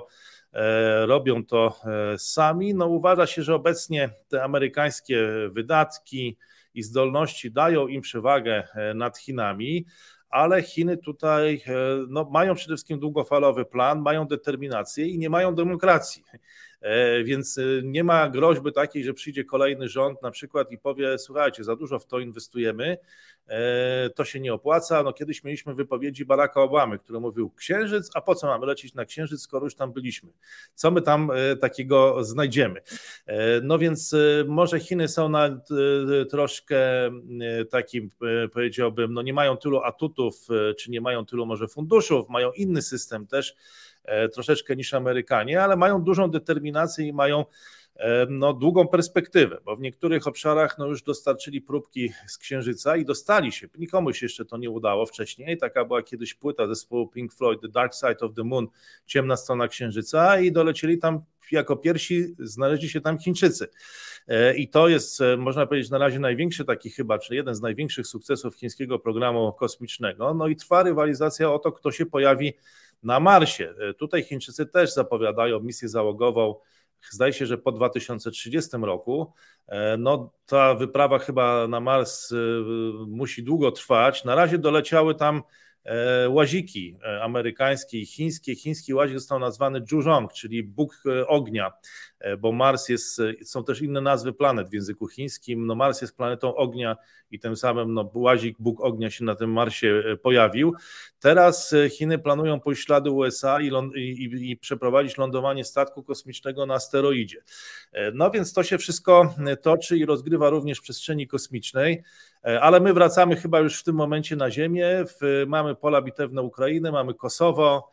robią to sami. No uważa się, że obecnie te amerykańskie wydatki i zdolności dają im przewagę nad Chinami, ale Chiny tutaj mają przede wszystkim długofalowy plan, mają determinację i nie mają demokracji. Więc nie ma groźby takiej, że przyjdzie kolejny rząd na przykład i powie: słuchajcie, za dużo w to inwestujemy, to się nie opłaca. No kiedyś mieliśmy wypowiedzi Baracka Obamy, który mówił: Księżyc, a po co mamy lecieć na Księżyc, skoro już tam byliśmy? Co my tam takiego znajdziemy? No więc może Chiny są na troszkę takim, powiedziałbym, no nie mają tylu atutów, czy nie mają tylu może funduszów, mają inny system też troszeczkę niż Amerykanie, ale mają dużą determinację i mają długą perspektywę, bo w niektórych obszarach już dostarczyli próbki z Księżyca i dostali się. Nikomu się jeszcze to nie udało wcześniej. Taka była kiedyś płyta zespołu Pink Floyd, The Dark Side of the Moon, ciemna strona Księżyca, i dolecieli tam jako pierwsi, znaleźli się tam Chińczycy. I to jest, można powiedzieć, na razie największy taki chyba, czy jeden z największych sukcesów chińskiego programu kosmicznego. No i trwa rywalizacja o to, kto się pojawi na Marsie. Tutaj Chińczycy też zapowiadają misję załogową, zdaje się, że po 2030 roku. No ta wyprawa chyba na Mars musi długo trwać. Na razie doleciały tam łaziki amerykańskie i chińskie. Chiński łazik został nazwany Zhuzhong, czyli Bóg ognia, bo Mars są też inne nazwy planet w języku chińskim. No Mars jest planetą ognia i tym samym łazik Bóg ognia się na tym Marsie pojawił. Teraz Chiny planują pójść w ślady USA i przeprowadzić lądowanie statku kosmicznego na asteroidzie. No więc to się wszystko toczy i rozgrywa również w przestrzeni kosmicznej, ale my wracamy chyba już w tym momencie na Ziemię. Mamy pola bitewne Ukrainy, mamy Kosowo,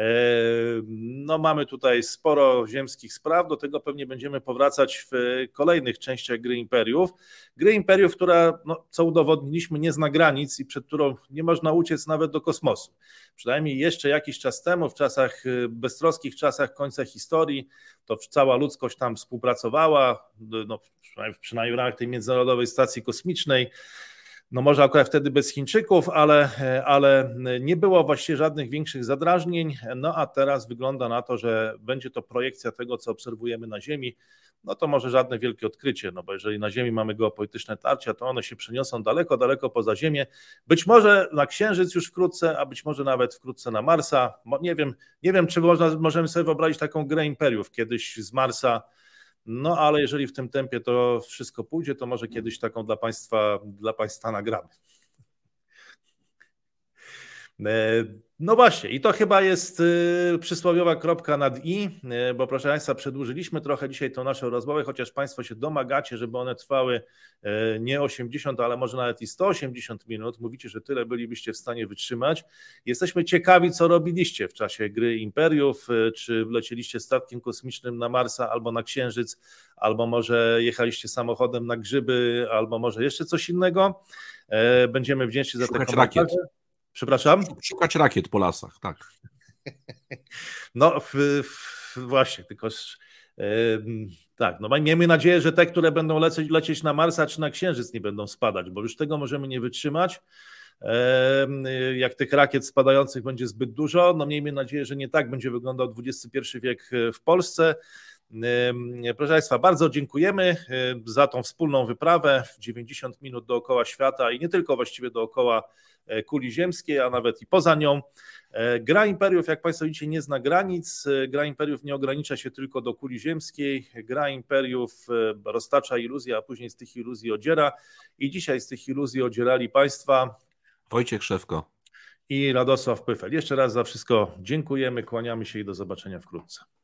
no mamy tutaj sporo ziemskich spraw, do tego pewnie będziemy powracać w kolejnych częściach Gry Imperiów. Gry Imperiów, która, co udowodniliśmy, nie zna granic i przed którą nie można uciec nawet do kosmosu. Przynajmniej jeszcze jakiś czas temu, w czasach beztroskich, czasach końca historii, to cała ludzkość tam współpracowała, przynajmniej w ramach tej Międzynarodowej Stacji Kosmicznej. No może akurat wtedy bez Chińczyków, ale nie było właściwie żadnych większych zadrażnień, no a teraz wygląda na to, że będzie to projekcja tego, co obserwujemy na Ziemi. No to może żadne wielkie odkrycie, no bo jeżeli na Ziemi mamy geopolityczne tarcia, to one się przeniosą daleko, daleko poza Ziemię, być może na Księżyc już wkrótce, a być może nawet wkrótce na Marsa. Nie wiem, czy możemy sobie wyobrazić taką grę imperiów kiedyś z Marsa. No ale jeżeli w tym tempie to wszystko pójdzie, to może kiedyś taką dla Państwa nagramy. No właśnie, i to chyba jest przysłowiowa kropka nad i, bo proszę Państwa, przedłużyliśmy trochę dzisiaj tą naszą rozmowę, chociaż Państwo się domagacie, żeby one trwały nie 80, ale może nawet i 180 minut. Mówicie, że tyle bylibyście w stanie wytrzymać. Jesteśmy ciekawi, co robiliście w czasie Gry Imperiów, czy lecieliście statkiem kosmicznym na Marsa albo na Księżyc, albo może jechaliście samochodem na grzyby, albo może jeszcze coś innego. Będziemy wdzięczni za te komentarze. Przepraszam? Szukać rakiet po lasach, tak. No właśnie, tylko tak, no miejmy nadzieję, że te, które będą lecieć na Marsa czy na Księżyc, nie będą spadać, bo już tego możemy nie wytrzymać. Jak tych rakiet spadających będzie zbyt dużo, no miejmy nadzieję, że nie tak będzie wyglądał XXI wiek w Polsce. Proszę Państwa, bardzo dziękujemy za tą wspólną wyprawę w 90 minut dookoła świata i nie tylko właściwie dookoła kuli ziemskiej, a nawet i poza nią. Gra Imperiów, jak Państwo widzicie, nie zna granic. Gra Imperiów nie ogranicza się tylko do kuli ziemskiej. Gra Imperiów roztacza iluzje, a później z tych iluzji odziera. I dzisiaj z tych iluzji odzierali Państwa Wojciech Szewko i Radosław Pyfel. Jeszcze raz za wszystko dziękujemy, kłaniamy się i do zobaczenia wkrótce.